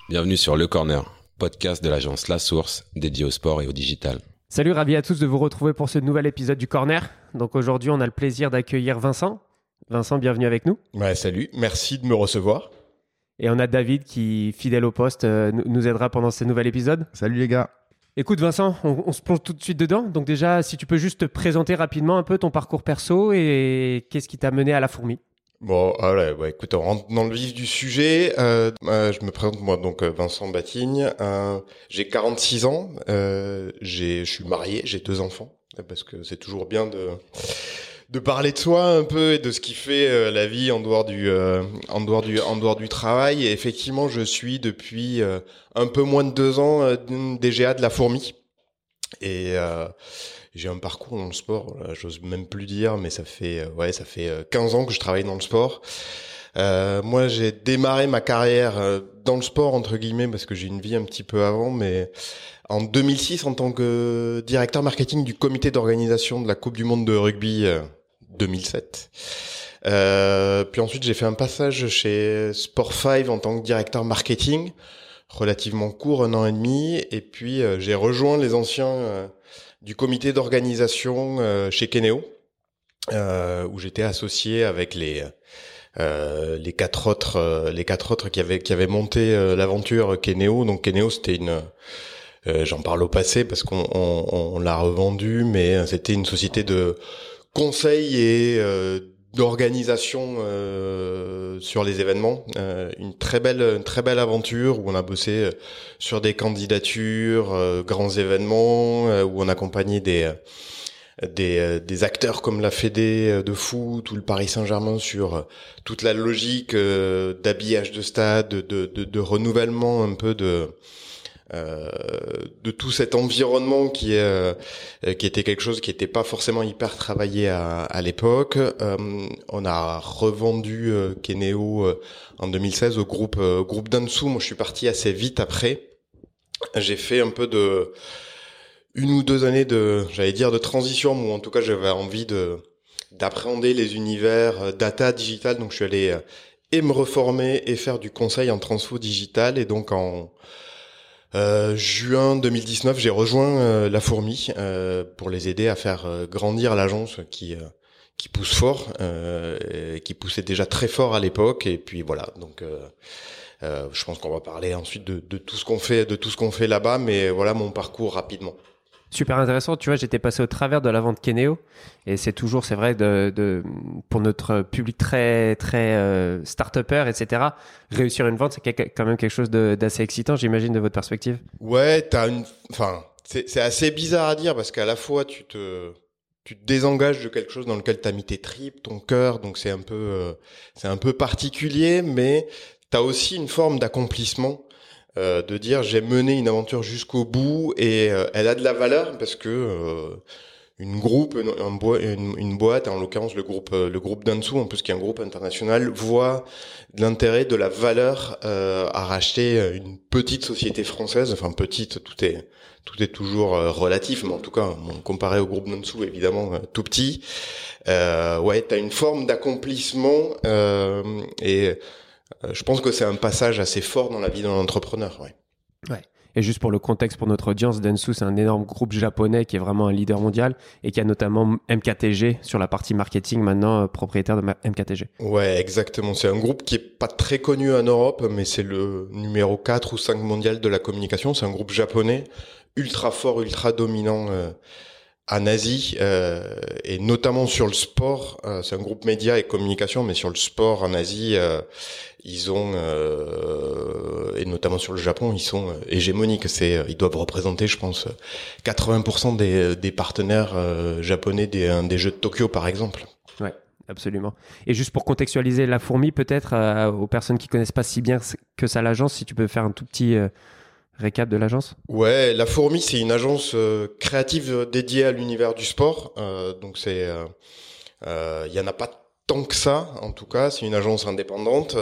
Bienvenue sur Le Corner, podcast de l'agence La Source, dédié au sport et au digital. Salut, ravi à tous de vous retrouver pour ce nouvel épisode du Corner. Donc aujourd'hui, on a le plaisir d'accueillir Vincent. Vincent, bienvenue avec nous. Ouais, salut, merci de me recevoir. Et on a David qui, fidèle au poste, nous aidera pendant ce nouvel épisode. Salut les gars. Écoute Vincent, on se plonge tout de suite dedans. Donc déjà, si tu peux juste te présenter rapidement un peu ton parcours perso et qu'est-ce qui t'a mené à la fourmi. Bon, écoute, on rentre dans le vif du sujet. Je me présente, moi, donc Vincent Batigne. J'ai 46 ans. Je suis marié, j'ai 2 enfants, parce que c'est toujours bien de parler de soi un peu et de ce qui fait la vie en dehors du travail. Et effectivement, je suis depuis un peu moins de 2 ans DGA de la Fourmi. Et j'ai un parcours dans le sport, j'ose même plus dire, mais ça fait 15 ans que je travaille dans le sport. Moi, j'ai démarré ma carrière dans le sport, entre guillemets, parce que j'ai une vie un petit peu avant, mais en 2006, en tant que directeur marketing du comité d'organisation de la Coupe du Monde de rugby 2007. Puis ensuite, j'ai fait un passage chez Sport5 en tant que directeur marketing, relativement court, 1 an et demi, et puis j'ai rejoint les anciens du comité d'organisation chez Keneo, où j'étais associé avec les 4 autres qui avaient monté l'aventure Keneo. Donc Keneo, c'était j'en parle au passé parce qu'on l'a revendu, mais c'était une société de conseil et d'organisation sur les événements, une très belle aventure où on a bossé sur des candidatures, grands événements, où on accompagnait des acteurs comme la Fédé de foot ou le Paris Saint-Germain sur toute la logique d'habillage de stade, de renouvellement un peu de tout cet environnement qui était quelque chose qui était pas forcément hyper travaillé à l'époque. On a revendu Keneo en 2016 au groupe Dentsu. Moi, je suis parti assez vite après. J'ai fait un peu de 1 ou 2 années de transition, ou en tout cas j'avais envie d'appréhender les univers data digital. Donc je suis allé et me reformer et faire du conseil en transfo digital. Et donc en juin 2019, j'ai rejoint la Fourmi pour les aider à faire grandir l'agence qui pousse fort, et qui poussait déjà très fort à l'époque. Et puis voilà, donc je pense qu'on va parler ensuite de tout ce qu'on fait là-bas, mais voilà mon parcours rapidement. Super intéressant, tu vois, j'étais passé au travers de la vente Keneo et c'est vrai, pour notre public très start-upper, etc., réussir une vente, c'est quand même quelque chose d'assez excitant, j'imagine, de votre perspective. Ouais, c'est assez bizarre à dire parce qu'à la fois tu te désengages de quelque chose dans lequel t'as mis tes tripes, ton cœur, donc c'est un peu particulier, mais t'as aussi une forme d'accomplissement. De dire j'ai mené une aventure jusqu'au bout et elle a de la valeur parce que une boîte, en l'occurrence le groupe Dentsu, en plus qui est un groupe international, voit de l'intérêt, de la valeur à racheter une petite société française. Enfin petite, tout est toujours relatif, mais en tout cas comparé au groupe Dentsu, évidemment tout petit. T'as une forme d'accomplissement et je pense que c'est un passage assez fort dans la vie d'un entrepreneur. Ouais. Et juste pour le contexte, pour notre audience, Dentsu, c'est un énorme groupe japonais qui est vraiment un leader mondial et qui a notamment MKTG sur la partie marketing, maintenant propriétaire de MKTG. Ouais, exactement. C'est un groupe qui est pas très connu en Europe, mais c'est le numéro 4 ou 5 mondial de la communication. C'est un groupe japonais ultra fort, ultra dominant en Asie, et notamment sur le sport. C'est un groupe média et communication, mais sur le sport en Asie, ils ont, et notamment sur le Japon, ils sont hégémoniques. Ils doivent représenter, je pense, 80% des partenaires japonais des Jeux de Tokyo, par exemple. Ouais, absolument. Et juste pour contextualiser la Fourmi, peut-être, aux personnes qui connaissent pas si bien que ça l'agence, si tu peux faire un tout petit récap de l'agence. Ouais, la Fourmi, c'est une agence créative dédiée à l'univers du sport. Donc y en a pas tant que ça, en tout cas. C'est une agence indépendante,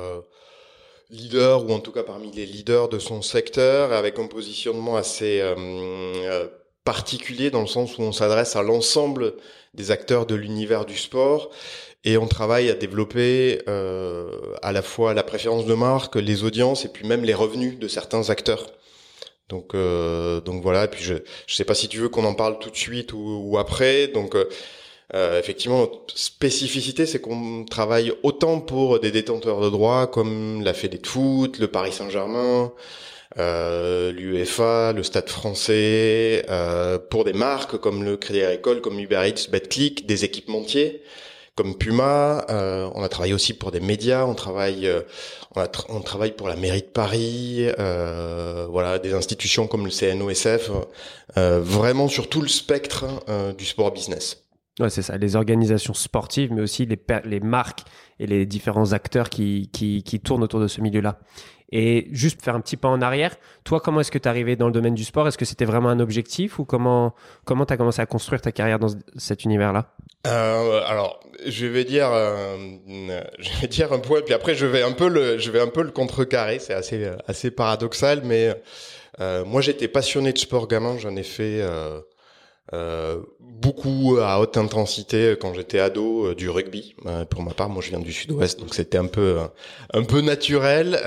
leader, ou en tout cas parmi les leaders de son secteur, avec un positionnement assez particulier dans le sens où on s'adresse à l'ensemble des acteurs de l'univers du sport et on travaille à développer à la fois la préférence de marque, les audiences et puis même les revenus de certains acteurs. Donc voilà. Et puis je sais pas si tu veux qu'on en parle tout de suite ou après. Donc effectivement, notre spécificité, c'est qu'on travaille autant pour des détenteurs de droits comme la Fédé de foot, le Paris Saint-Germain, l'UEFA, le Stade français, pour des marques comme le Crédit Agricole, comme Uber Eats, Betclic, des équipementiers comme Puma. On a travaillé aussi pour des médias. On travaille pour la mairie de Paris, voilà, des institutions comme le CNOSF, vraiment sur tout le spectre du sport business. Ouais, c'est ça, les organisations sportives, mais aussi les marques et les différents acteurs qui tournent autour de ce milieu-là. Et juste faire un petit pas en arrière, toi, comment est-ce que tu es arrivé dans le domaine du sport ? Est-ce que c'était vraiment un objectif ou comment tu as commencé à construire ta carrière dans cet univers-là ? Alors, je vais dire un point, puis après je vais un peu le contrecarrer. C'est assez paradoxal, mais moi j'étais passionné de sport gamin. J'en ai fait beaucoup à haute intensité quand j'étais ado, du rugby. Pour ma part, moi je viens du Sud-Ouest, donc c'était un peu naturel.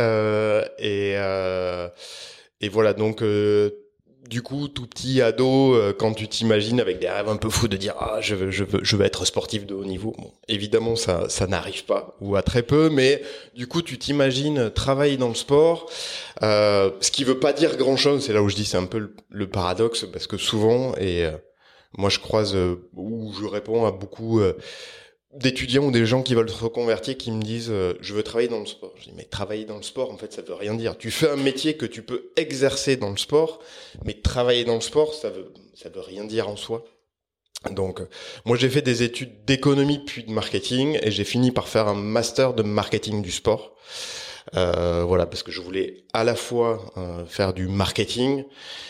Et voilà, donc du coup, tout petit ado, quand tu t'imagines avec des rêves un peu fous de dire je veux être sportif de haut niveau. Bon, évidemment ça n'arrive pas ou à très peu, mais du coup tu t'imagines travailler dans le sport, ce qui veut pas dire grand chose. C'est là où je dis c'est un peu le paradoxe, parce que souvent moi je croise ou je réponds à beaucoup d'étudiants ou des gens qui veulent se reconvertir qui me disent je veux travailler dans le sport. Je dis mais travailler dans le sport en fait ça veut rien dire. Tu fais un métier que tu peux exercer dans le sport, mais travailler dans le sport ça veut rien dire en soi. Donc moi j'ai fait des études d'économie puis de marketing et j'ai fini par faire un master de marketing du sport. Voilà, parce que je voulais à la fois faire du marketing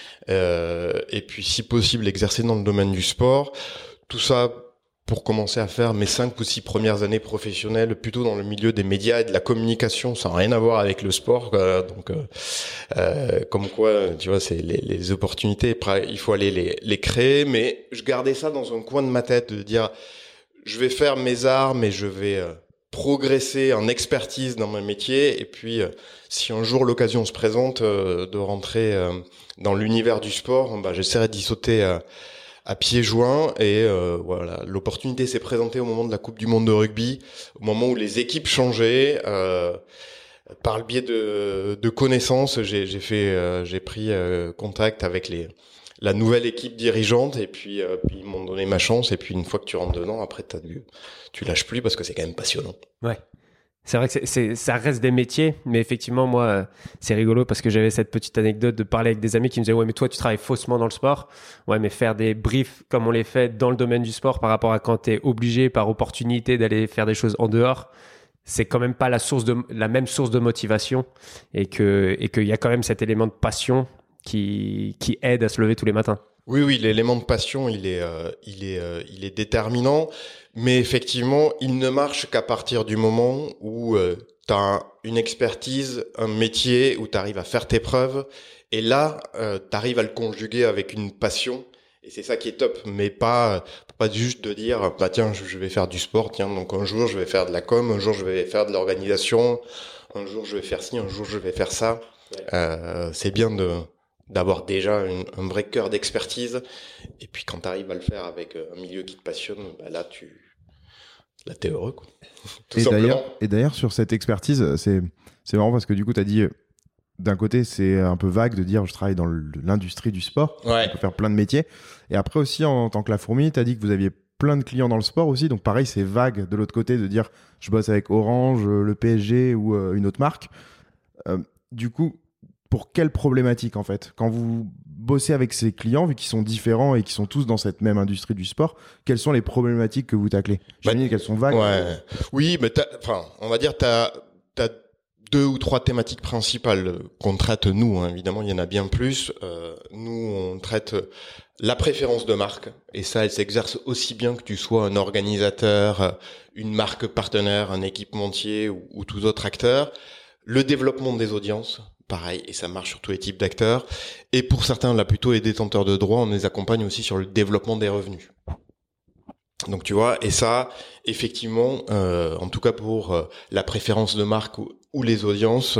et puis si possible exercer dans le domaine du sport. Tout ça pour commencer à faire mes 5 ou 6 premières années professionnelles plutôt dans le milieu des médias et de la communication, sans rien à voir avec le sport. Donc, comme quoi, tu vois, c'est les opportunités, il faut aller les créer. Mais je gardais ça dans un coin de ma tête, de dire, je vais faire mes armes et je vais progresser en expertise dans mon métier. Et puis, si un jour l'occasion se présente de rentrer dans l'univers du sport, j'essaierai d'y sauter à pieds joints et voilà, l'opportunité s'est présentée au moment de la Coupe du Monde de rugby, au moment où les équipes changeaient. Par le biais de connaissances, j'ai pris contact avec la nouvelle équipe dirigeante et puis ils m'ont donné ma chance. Et puis une fois que tu rentres dedans, après tu lâches plus parce que c'est quand même passionnant. Ouais. C'est vrai que ça reste des métiers, mais effectivement, moi, c'est rigolo parce que j'avais cette petite anecdote de parler avec des amis qui me disaient « Ouais, mais toi, tu travailles faussement dans le sport. » Ouais, mais faire des briefs comme on les fait dans le domaine du sport par rapport à quand tu es obligé par opportunité d'aller faire des choses en dehors, c'est quand même pas la même source de motivation et qu'il y a quand même cet élément de passion qui aide à se lever tous les matins. Oui, l'élément de passion, il est déterminant, mais effectivement, il ne marche qu'à partir du moment où tu as une expertise, un métier, où tu arrives à faire tes preuves, et là, tu arrives à le conjuguer avec une passion, et c'est ça qui est top, mais pas juste de dire, tiens, je vais faire du sport, tiens, donc un jour je vais faire de la com, un jour je vais faire de l'organisation, un jour je vais faire ci, un jour je vais faire ça. Ouais. C'est bien d'avoir déjà un vrai cœur d'expertise, et puis quand tu arrives à le faire avec un milieu qui te passionne, là t'es heureux, quoi. Tout simplement. Et d'ailleurs sur cette expertise, c'est marrant parce que du coup t'as dit d'un côté c'est un peu vague de dire je travaille dans l'industrie du sport, ouais. On peut faire plein de métiers, et après aussi en tant que la fourmi t'as dit que vous aviez plein de clients dans le sport aussi, donc pareil c'est vague de l'autre côté de dire je bosse avec Orange, le PSG ou une autre marque. Du coup, pour quelle problématique en fait ? Quand vous bossez avec ces clients, vu qu'ils sont différents et qu'ils sont tous dans cette même industrie du sport, quelles sont les problématiques que vous taclez ? J'imagine qu'elles sont vagues. Ouais. Oui, mais on va dire t'as 2 ou 3 thématiques principales qu'on traite nous, hein. Évidemment, il y en a bien plus. Nous, on traite la préférence de marque, et ça, elle s'exerce aussi bien que tu sois un organisateur, une marque partenaire, un équipementier ou tout autre acteur. le développement des audiences, pareil, et ça marche sur tous les types d'acteurs. Et pour certains, là plutôt les détenteurs de droits, on les accompagne aussi sur le développement des revenus. Donc tu vois, et ça, effectivement, en tout cas pour la préférence de marque ou les audiences,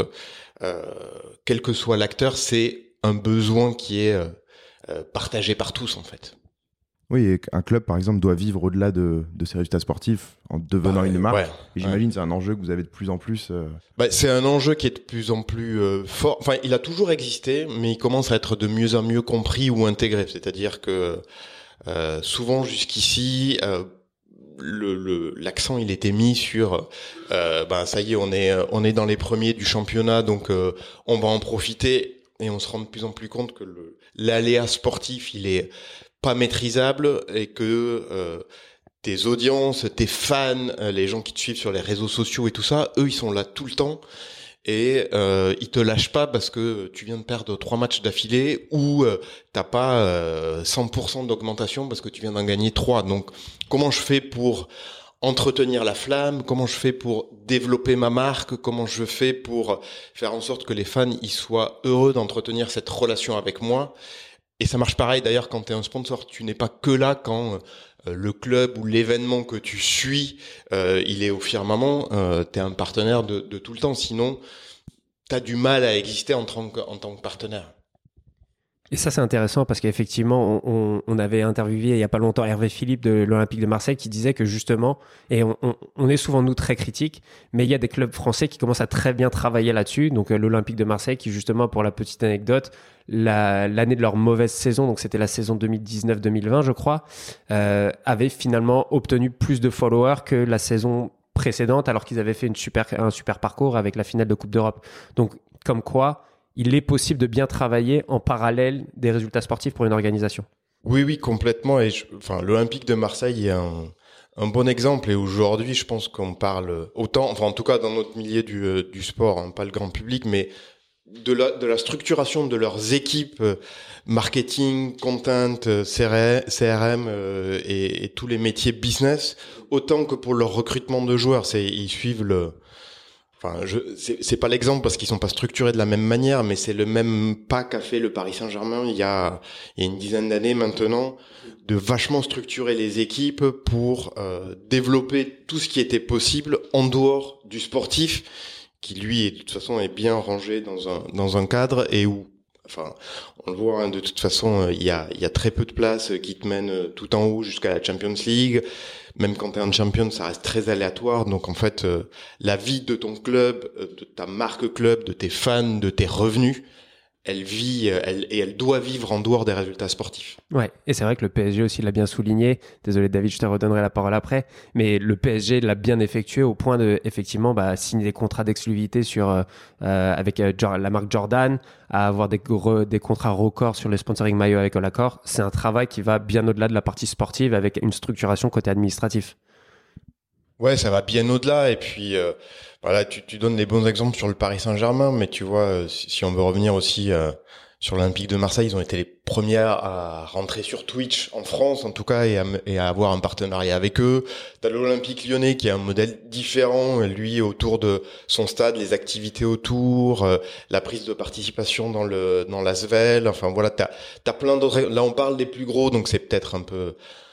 quel que soit l'acteur, c'est un besoin qui est partagé par tous en fait. Oui, et un club, par exemple, doit vivre au-delà de ses résultats sportifs en devenant une marque. Ouais, et j'imagine que c'est un enjeu que vous avez de plus en plus. C'est un enjeu qui est de plus en plus fort. Enfin, il a toujours existé, mais il commence à être de mieux en mieux compris ou intégré. C'est-à-dire que souvent jusqu'ici, l'accent il était mis sur ça y est, on est dans les premiers du championnat, donc on va en profiter, et on se rend de plus en plus compte que l'aléa sportif il est pas maîtrisable, et que tes audiences, tes fans, les gens qui te suivent sur les réseaux sociaux et tout ça, eux ils sont là tout le temps, et ils te lâchent pas parce que tu viens de perdre 3 matchs d'affilée, ou t'as pas 100% d'augmentation parce que tu viens d'en gagner 3. Donc comment je fais pour entretenir la flamme, comment je fais pour développer ma marque, comment je fais pour faire en sorte que les fans ils soient heureux d'entretenir cette relation avec moi. Et ça marche pareil d'ailleurs quand tu es un sponsor, tu n'es pas que là quand le club ou l'événement que tu suis il est au firmament, tu es un partenaire de tout le temps, sinon tu as du mal à exister en tant que partenaire. Et ça, c'est intéressant parce qu'effectivement, on avait interviewé il n'y a pas longtemps Hervé Philippe de l'Olympique de Marseille qui disait que justement, et on est souvent nous très critiques, mais il y a des clubs français qui commencent à très bien travailler là-dessus. Donc l'Olympique de Marseille qui justement, pour la petite anecdote, l'année de leur mauvaise saison, donc c'était la saison 2019-2020 je crois, avait finalement obtenu plus de followers que la saison précédente alors qu'ils avaient fait un super parcours avec la finale de Coupe d'Europe. Donc comme quoi, il est possible de bien travailler en parallèle des résultats sportifs pour une organisation. Oui, complètement. Et l'Olympique de Marseille est un bon exemple. Et aujourd'hui, je pense qu'on parle autant, en tout cas dans notre milieu du sport, pas le grand public, mais de la structuration de leurs équipes marketing, content, CRM et tous les métiers business, autant que pour leur recrutement de joueurs. Ils suivent c'est pas l'exemple parce qu'ils sont pas structurés de la même manière, mais c'est le même pas qu'a fait le Paris Saint-Germain il y a une dizaine d'années maintenant, de vachement structurer les équipes pour développer tout ce qui était possible en dehors du sportif, qui lui de toute façon est bien rangé dans un cadre, et où on le voit, de toute façon il y a très peu de places qui te mènent tout en haut jusqu'à la Champions League. Même quand t'es un champion, ça reste très aléatoire. Donc en fait, la vie de ton club, de ta marque club, de tes fans, de tes revenus, elle doit vivre en dehors des résultats sportifs. Ouais, et c'est vrai que le PSG aussi l'a bien souligné. Désolé David, je te redonnerai la parole après. Mais le PSG l'a bien effectué au point de effectivement signer des contrats d'exclusivité avec la marque Jordan, à avoir des contrats records sur le sponsoring maillot avec Olacor. C'est un travail qui va bien au-delà de la partie sportive avec une structuration côté administratif. Ouais, ça va bien au-delà. Et puis tu donnes les bons exemples sur le Paris Saint-Germain, mais tu vois, si on veut revenir aussi sur l'Olympique de Marseille, ils ont été les premiers à rentrer sur Twitch en France, en tout cas, et à avoir un partenariat avec eux. T'as l'Olympique Lyonnais qui a un modèle différent, lui, autour de son stade, les activités autour, la prise de participation dans l'Asvel. Enfin voilà, t'as plein d'autres. Là, on parle des plus gros, donc c'est peut-être un peu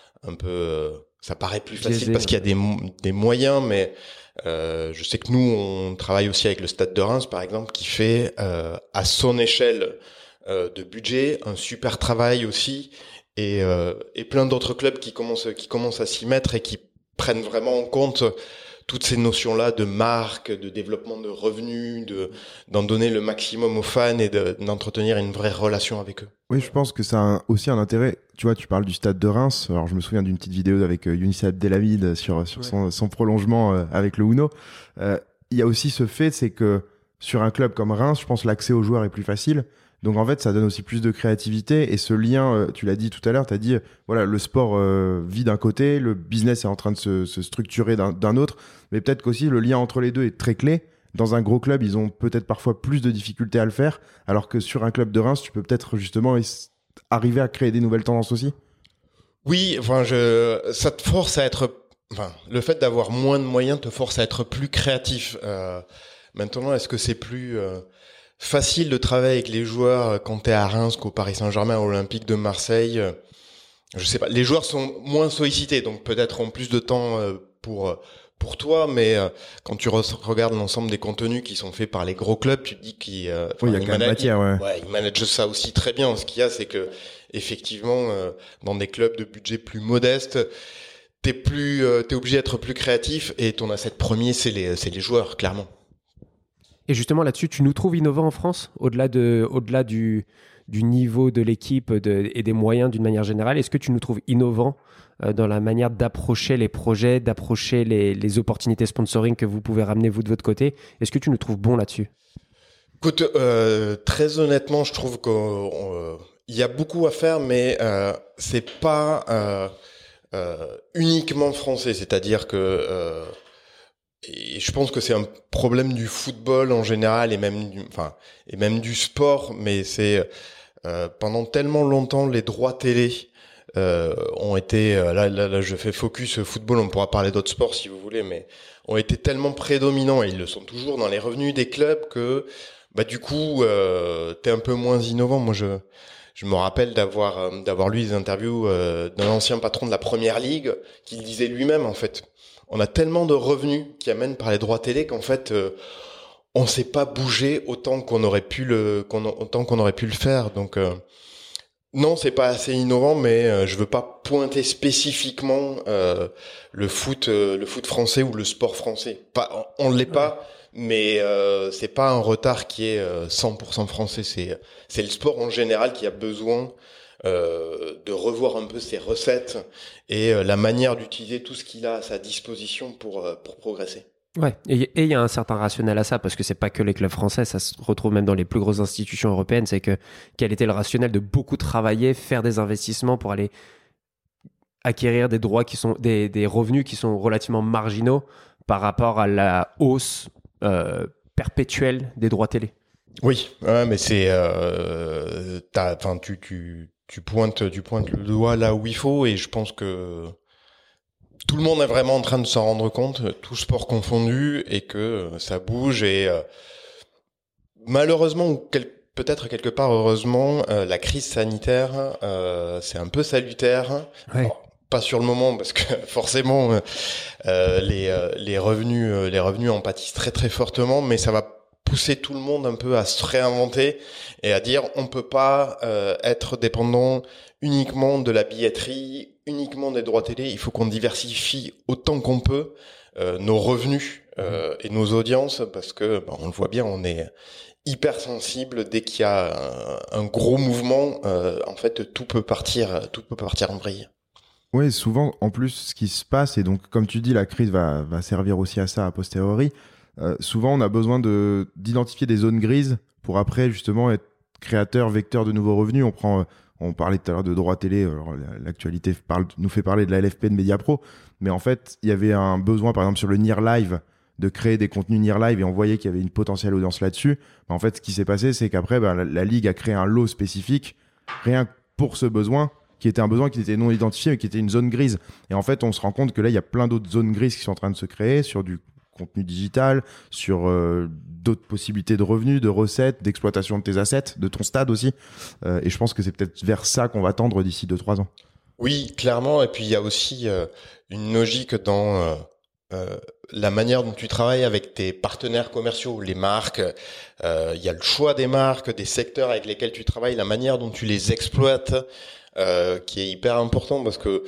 ça paraît plus facile parce qu'il y a des moyens, mais je sais que nous, on travaille aussi avec le Stade de Reims, par exemple, qui fait à son échelle de budget un super travail aussi, et plein d'autres clubs qui commencent à s'y mettre et qui prennent vraiment en compte toutes ces notions-là de marque, de développement de revenus, d'en donner le maximum aux fans et d'entretenir une vraie relation avec eux. Oui, je pense que ça a aussi un intérêt. Tu vois, tu parles du Stade de Reims. Alors, je me souviens d'une petite vidéo avec Younis Abdelhamid sur son prolongement avec le Uno. Il y a aussi ce fait, c'est que sur un club comme Reims, je pense que l'accès aux joueurs est plus facile. Donc, en fait, ça donne aussi plus de créativité. Et ce lien, tu l'as dit tout à l'heure, tu as dit, voilà, le sport vit d'un côté, le business est en train de se structurer d'un autre. Mais peut-être qu'aussi, le lien entre les deux est très clé. Dans un gros club, ils ont peut-être parfois plus de difficultés à le faire, alors que sur un club de Reims, tu peux peut-être justement arriver à créer des nouvelles tendances aussi. Oui, ça te force à être... le fait d'avoir moins de moyens te force à être plus créatif. Maintenant, est-ce que c'est plus facile de travailler avec les joueurs quand t'es à Reims qu'au Paris Saint-Germain, à l'Olympique de Marseille? Je sais pas. Les joueurs sont moins sollicités, donc peut-être ont plus de temps pour toi, mais quand tu regardes l'ensemble des contenus qui sont faits par les gros clubs, tu te dis il y a quand même matière, ils managent ça aussi très bien. Ce qu'il y a, c'est que effectivement, dans des clubs de budget plus modestes, t'es obligé d'être plus créatif, et ton asset premier, c'est les joueurs, clairement. Et justement là-dessus, tu nous trouves innovants en France, au-delà du niveau de l'équipe et des moyens d'une manière générale. Est-ce que tu nous trouves innovants dans la manière d'approcher les projets, d'approcher les opportunités sponsoring que vous pouvez ramener vous de votre côté? Est-ce que tu nous trouves bons là-dessus? Écoute, très honnêtement, je trouve qu'il y a beaucoup à faire, mais c'est pas uniquement français. C'est-à-dire que et je pense que c'est un problème du football en général, et même du sport, mais c'est pendant tellement longtemps les droits télé ont été là je fais focus football, on pourra parler d'autres sports si vous voulez, mais ont été tellement prédominants, et ils le sont toujours dans les revenus des clubs, que du coup t'es un peu moins innovant. Moi je me rappelle d'avoir lu des interviews d'un ancien patron de la Première Ligue qui le disait lui-même, en fait. On a tellement de revenus qui amènent par les droits télé qu'en fait, on sait pas bouger autant qu'on aurait pu le faire. Donc non, c'est pas assez innovant, mais je veux pas pointer spécifiquement le foot français ou le sport français. On l'est pas, mais c'est pas un retard qui est 100% français. C'est le sport en général qui a besoin de revoir un peu ses recettes et la manière d'utiliser tout ce qu'il a à sa disposition pour progresser. Ouais, et il y a un certain rationnel à ça, parce que c'est pas que les clubs français, ça se retrouve même dans les plus grosses institutions européennes. C'est que quel était le rationnel de beaucoup travailler, faire des investissements pour aller acquérir des droits qui sont des revenus qui sont relativement marginaux par rapport à la hausse perpétuelle des droits télé. Oui, mais c'est tu pointes le doigt là où il faut, et je pense que tout le monde est vraiment en train de s'en rendre compte, tout sport confondu, et que ça bouge, et malheureusement, ou peut-être quelque part heureusement, la crise sanitaire, c'est un peu salutaire. Ouais. Alors, pas sur le moment, parce que forcément les revenus en pâtissent très très fortement, mais ça va pousser tout le monde un peu à se réinventer et à dire on peut pas être dépendant uniquement de la billetterie, uniquement des droits télé. Il faut qu'on diversifie autant qu'on peut nos revenus et nos audiences, parce que on le voit bien, on est hyper sensible dès qu'il y a un gros mouvement. En fait, tout peut partir en vrille. Oui, souvent, en plus, ce qui se passe, et donc, comme tu dis, la crise va servir aussi à ça a posteriori. Souvent, on a besoin d'identifier des zones grises pour après, justement, être créateur, vecteur de nouveaux revenus. On parlait tout à l'heure de droits télé. Alors, l'actualité nous fait parler de la LFP de Mediapro. Mais en fait, il y avait un besoin, par exemple, sur le Near Live, de créer des contenus Near Live, et on voyait qu'il y avait une potentielle audience là-dessus. En fait, ce qui s'est passé, c'est qu'après, la Ligue a créé un lot spécifique, rien que pour ce besoin, qui était un besoin qui était non identifié, mais qui était une zone grise. Et en fait, on se rend compte que là, il y a plein d'autres zones grises qui sont en train de se créer sur du contenu digital, sur d'autres possibilités de revenus, de recettes, d'exploitation de tes assets, de ton stade aussi. Et je pense que c'est peut-être vers ça qu'on va tendre d'ici 2-3 ans. Oui, clairement. Et puis, il y a aussi une logique dans la manière dont tu travailles avec tes partenaires commerciaux, les marques. Il y a le choix des marques, des secteurs avec lesquels tu travailles, la manière dont tu les exploites, qui est hyper important, parce que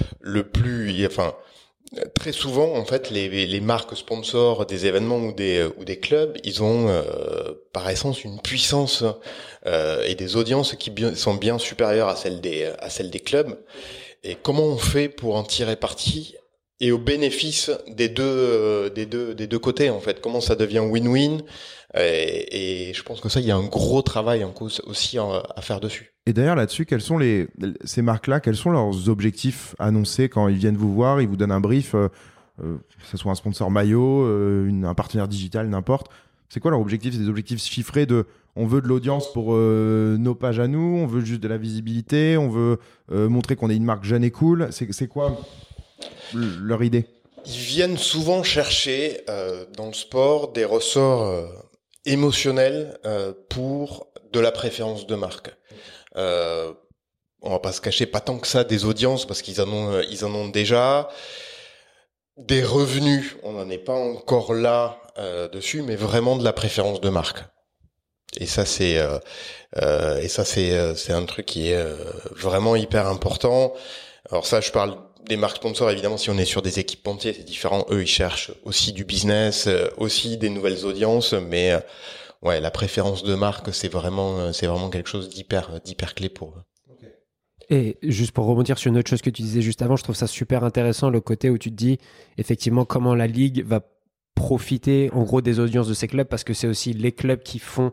très souvent, en fait, les marques sponsors des événements ou des clubs, ils ont par essence une puissance et des audiences qui sont bien supérieures à celles des clubs. Et comment on fait pour en tirer parti et au bénéfice des deux côtés, en fait? Comment ça devient win-win? Et je pense que ça, il y a un gros travail en cause aussi à faire dessus. Et d'ailleurs, là-dessus, quels sont ces marques-là, quels sont leurs objectifs annoncés quand ils viennent vous voir, ils vous donnent un brief, que ce soit un sponsor maillot, un partenaire digital, n'importe. C'est quoi leur objectif? C'est des objectifs chiffrés on veut de l'audience pour nos pages à nous, on veut juste de la visibilité, on veut montrer qu'on est une marque jeune et cool. C'est quoi leur idée? ils viennent souvent chercher dans le sport des ressorts émotionnels pour de la préférence de marque. On va pas se cacher, pas tant que ça des audiences parce qu'ils en ont déjà. Des revenus, on n'en est pas encore là dessus, mais vraiment de la préférence de marque. Et ça c'est un truc qui est vraiment hyper important. Alors ça, je parle des marques sponsors, évidemment. Si on est sur des équipementiers, c'est différent. Eux, ils cherchent aussi du business, aussi des nouvelles audiences, mais ouais, la préférence de marque, c'est vraiment quelque chose d'hyper clé pour eux. Et juste pour rebondir sur une autre chose que tu disais juste avant, je trouve ça super intéressant, le côté où tu te dis effectivement comment la ligue va profiter en gros des audiences de ces clubs, parce que c'est aussi les clubs qui font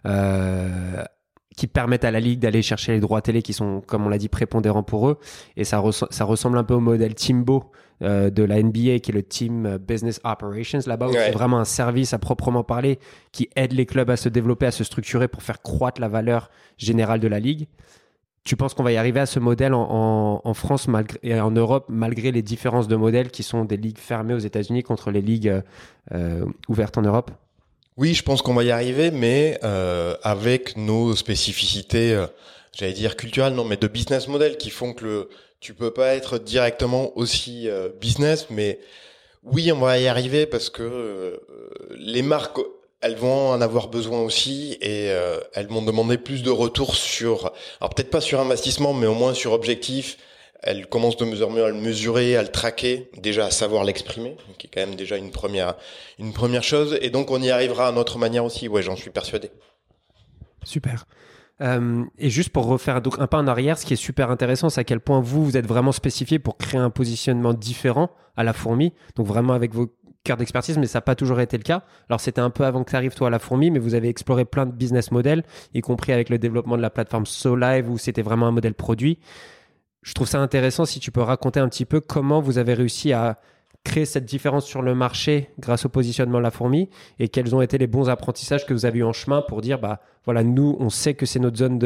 qui permettent à la ligue d'aller chercher les droits télé qui sont, comme on l'a dit, prépondérants pour eux. Et ça ressemble un peu au modèle Timbo de la NBA, qui est le Team Business Operations là-bas, où c'est vraiment un service à proprement parler qui aide les clubs à se développer, à se structurer pour faire croître la valeur générale de la ligue. Tu penses qu'on va y arriver à ce modèle en France et en Europe, malgré les différences de modèles qui sont des ligues fermées aux États-Unis contre les ligues ouvertes en Europe? Oui, je pense qu'on va y arriver, mais avec nos spécificités, j'allais dire culturelles, non, mais de business model qui font que tu peux pas être directement aussi business, mais oui, on va y arriver parce que les marques, elles vont en avoir besoin aussi et elles vont demander plus de retours sur, alors peut-être pas sur investissement, mais au moins sur objectif. Elles commencent de mesure à le mesurer, à le traquer, déjà à savoir l'exprimer, qui est quand même déjà une première chose. Et donc on y arrivera à notre manière aussi. Ouais, j'en suis persuadé. Super. Et juste pour refaire donc un pas en arrière, ce qui est super intéressant, c'est à quel point vous êtes vraiment spécifié pour créer un positionnement différent à la Fourmi, donc vraiment avec vos cœurs d'expertise, mais ça n'a pas toujours été le cas. Alors c'était un peu avant que tu arrives toi à la Fourmi, mais vous avez exploré plein de business models, y compris avec le développement de la plateforme SoLive, où c'était vraiment un modèle produit. Je trouve ça intéressant si tu peux raconter un petit peu comment vous avez réussi à créer cette différence sur le marché grâce au positionnement de la Fourmi, et quels ont été les bons apprentissages que vous avez eu en chemin pour dire, bah voilà, nous, on sait que c'est notre zone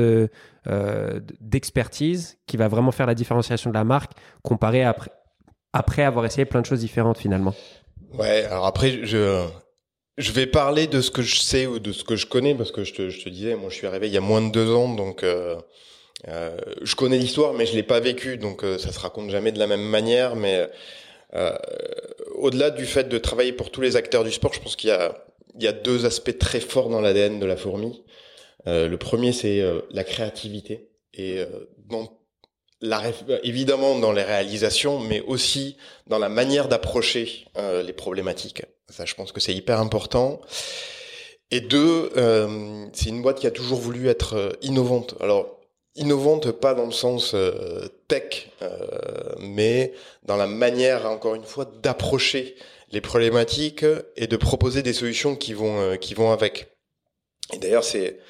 d'expertise qui va vraiment faire la différenciation de la marque comparé après avoir essayé plein de choses différentes finalement. Ouais, alors après, je vais parler de ce que je sais ou de ce que je connais, parce que je te disais, moi je suis arrivé il y a moins de 2 ans, donc je connais l'histoire, mais je l'ai pas vécu, donc ça se raconte jamais de la même manière. Mais au-delà du fait de travailler pour tous les acteurs du sport, je pense qu'il y a 2 aspects très forts dans l'ADN de la Fourmi. Le premier, c'est la créativité, et évidemment dans les réalisations, mais aussi dans la manière d'approcher les problématiques. Ça, je pense que c'est hyper important. Et 2, c'est une boîte qui a toujours voulu être innovante. Alors innovante, pas dans le sens tech, mais dans la manière, encore une fois, d'approcher les problématiques et de proposer des solutions qui vont avec. Et d'ailleurs, c'est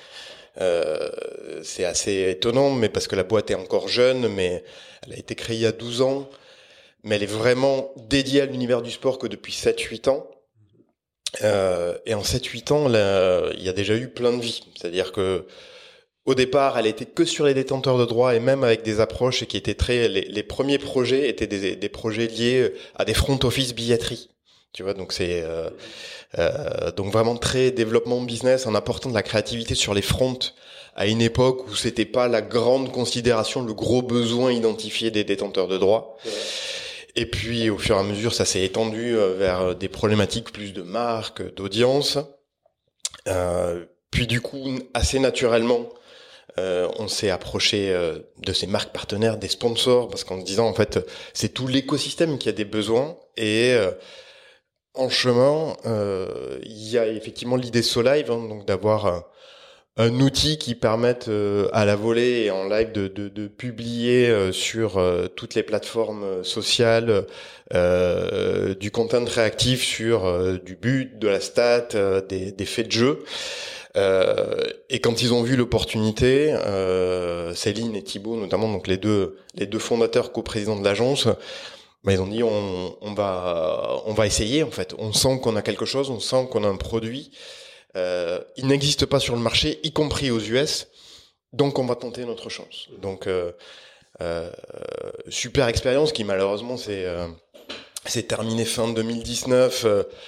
assez étonnant, mais parce que la boîte est encore jeune, mais elle a été créée il y a 12 ans, mais elle est vraiment dédiée à l'univers du sport que depuis 7-8 ans. Et en 7-8 ans, là, il y a déjà eu plein de vies. C'est-à-dire que au départ, elle était que sur les détenteurs de droits, et même avec des approches qui étaient les premiers projets étaient des projets liés à des front office billetterie. Tu vois, donc c'est donc vraiment très développement business en apportant de la créativité sur les fronts à une époque où c'était pas la grande considération, le gros besoin identifié des détenteurs de droits. Ouais. Et puis au fur et à mesure, ça s'est étendu vers des problématiques plus de marque, d'audience. Puis du coup, assez naturellement, on s'est approché de ces marques partenaires, des sponsors, parce qu'en se disant en fait c'est tout l'écosystème qui a des besoins. Et en chemin, il y a effectivement l'idée SoLive, hein, donc d'avoir un outil qui permette à la volée et en live de publier sur toutes les plateformes sociales du content réactif sur du but, de la stat, des faits de jeu. Et quand ils ont vu l'opportunité, Céline et Thibaut notamment, donc les deux fondateurs coprésidents de l'agence, bah ils ont dit on va essayer en fait. On sent qu'on a quelque chose, on sent qu'on a un produit. Il n'existe pas sur le marché, y compris aux US, donc on va tenter notre chance. Donc super expérience qui malheureusement c'est terminé fin 2019,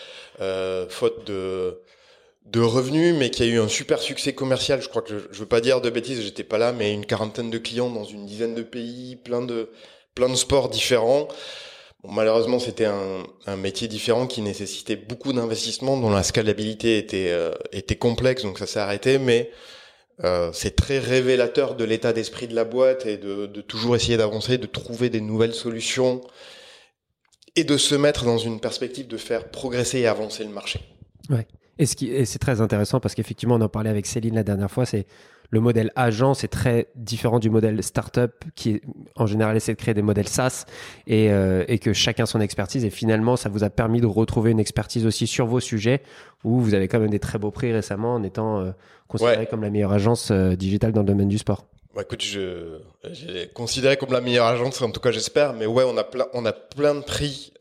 faute de revenus, mais qui a eu un super succès commercial. Je crois que je veux pas dire de bêtises, j'étais pas là, mais une quarantaine de clients dans une dizaine de pays, plein de sports différents. Bon, malheureusement, c'était un métier différent qui nécessitait beaucoup d'investissement, dont la scalabilité était complexe, donc ça s'est arrêté, mais c'est très révélateur de l'état d'esprit de la boîte et de toujours essayer d'avancer, de trouver des nouvelles solutions et de se mettre dans une perspective de faire progresser et avancer le marché. Ouais. Et c'est très intéressant parce qu'effectivement, on en parlait avec Céline la dernière fois, c'est le modèle agence est très différent du modèle startup qui, en général, essaie de créer des modèles SaaS et que chacun son expertise. Et finalement, ça vous a permis de retrouver une expertise aussi sur vos sujets où vous avez quand même des très beaux prix récemment en étant considéré comme la meilleure agence digitale dans le domaine du sport. Bah, écoute, j'ai considéré comme la meilleure agence, en tout cas j'espère, mais ouais, on a plein de prix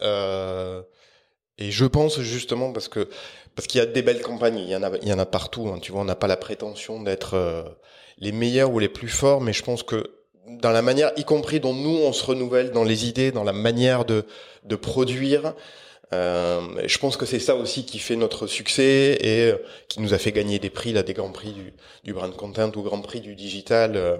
et je pense justement parce qu'il y a des belles campagnes, il y en a partout, hein, tu vois, on n'a pas la prétention d'être les meilleurs ou les plus forts, mais je pense que dans la manière, y compris dont nous on se renouvelle, dans les idées, dans la manière de produire, je pense que c'est ça aussi qui fait notre succès et qui nous a fait gagner des prix, là, des grands prix du brand content ou grand prix du digital.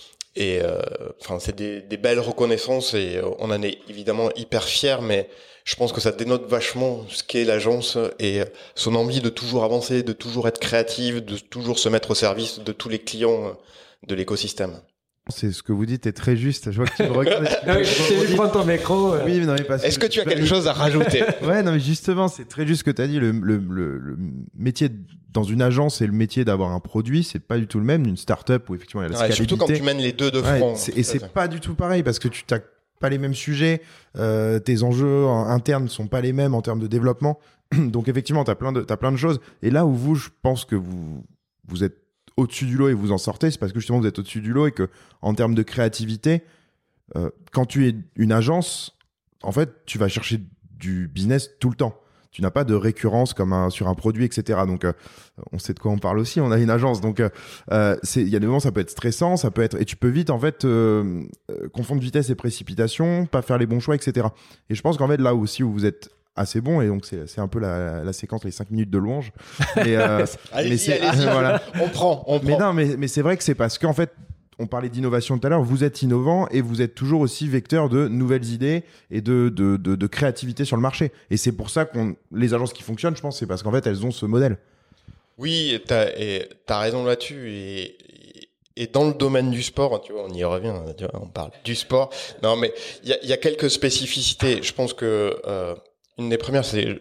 Enfin, c'est des belles reconnaissances et on en est évidemment hyper fiers, mais je pense que ça dénote vachement ce qu'est l'agence et son envie de toujours avancer, de toujours être créative, de toujours se mettre au service de tous les clients de l'écosystème. C'est ce que vous dites est très juste. Je vois que tu me regardes. Je vais prendre ton micro. Oui, mais non, mais parce Est-ce que tu as quelque chose à rajouter? Ouais, non, mais justement, c'est très juste ce que tu as dit. Le métier dans une agence et le métier d'avoir un produit, c'est pas du tout le même d'une start-up où effectivement il y a la scalabilité. Surtout quand tu mènes les deux de front. Et c'est pas du tout pareil parce que tu n'as pas les mêmes sujets. Tes enjeux internes sont pas les mêmes en termes de développement. Donc effectivement, t'as plein de choses. Et là où vous, je pense que vous êtes au-dessus du lot et vous en sortez, c'est parce que justement vous êtes au-dessus du lot et que en termes de créativité, quand tu es une agence, en fait, tu vas chercher du business tout le temps. Tu n'as pas de récurrence comme sur un produit, etc. Donc, on sait de quoi on parle aussi. On a une agence, donc il y a des moments ça peut être stressant, ça peut être et tu peux vite en fait confondre vitesse et précipitation, pas faire les bons choix, etc. Et je pense qu'en fait là aussi où vous êtes assez bon et donc c'est un peu la séquence les 5 minutes de louange. Mais allez-y, voilà. on prend. Mais non, mais c'est vrai que c'est parce qu'en fait on parlait d'innovation tout à l'heure, vous êtes innovant et vous êtes toujours aussi vecteur de nouvelles idées et de créativité sur le marché. Et c'est pour ça que les agences qui fonctionnent, je pense, c'est parce qu'en fait, elles ont ce modèle. Oui, t'as raison là-dessus. Et dans le domaine du sport, tu vois, on y revient, tu vois, on parle du sport. Non, mais il y a quelques spécificités. Je pense que une des premières, c'est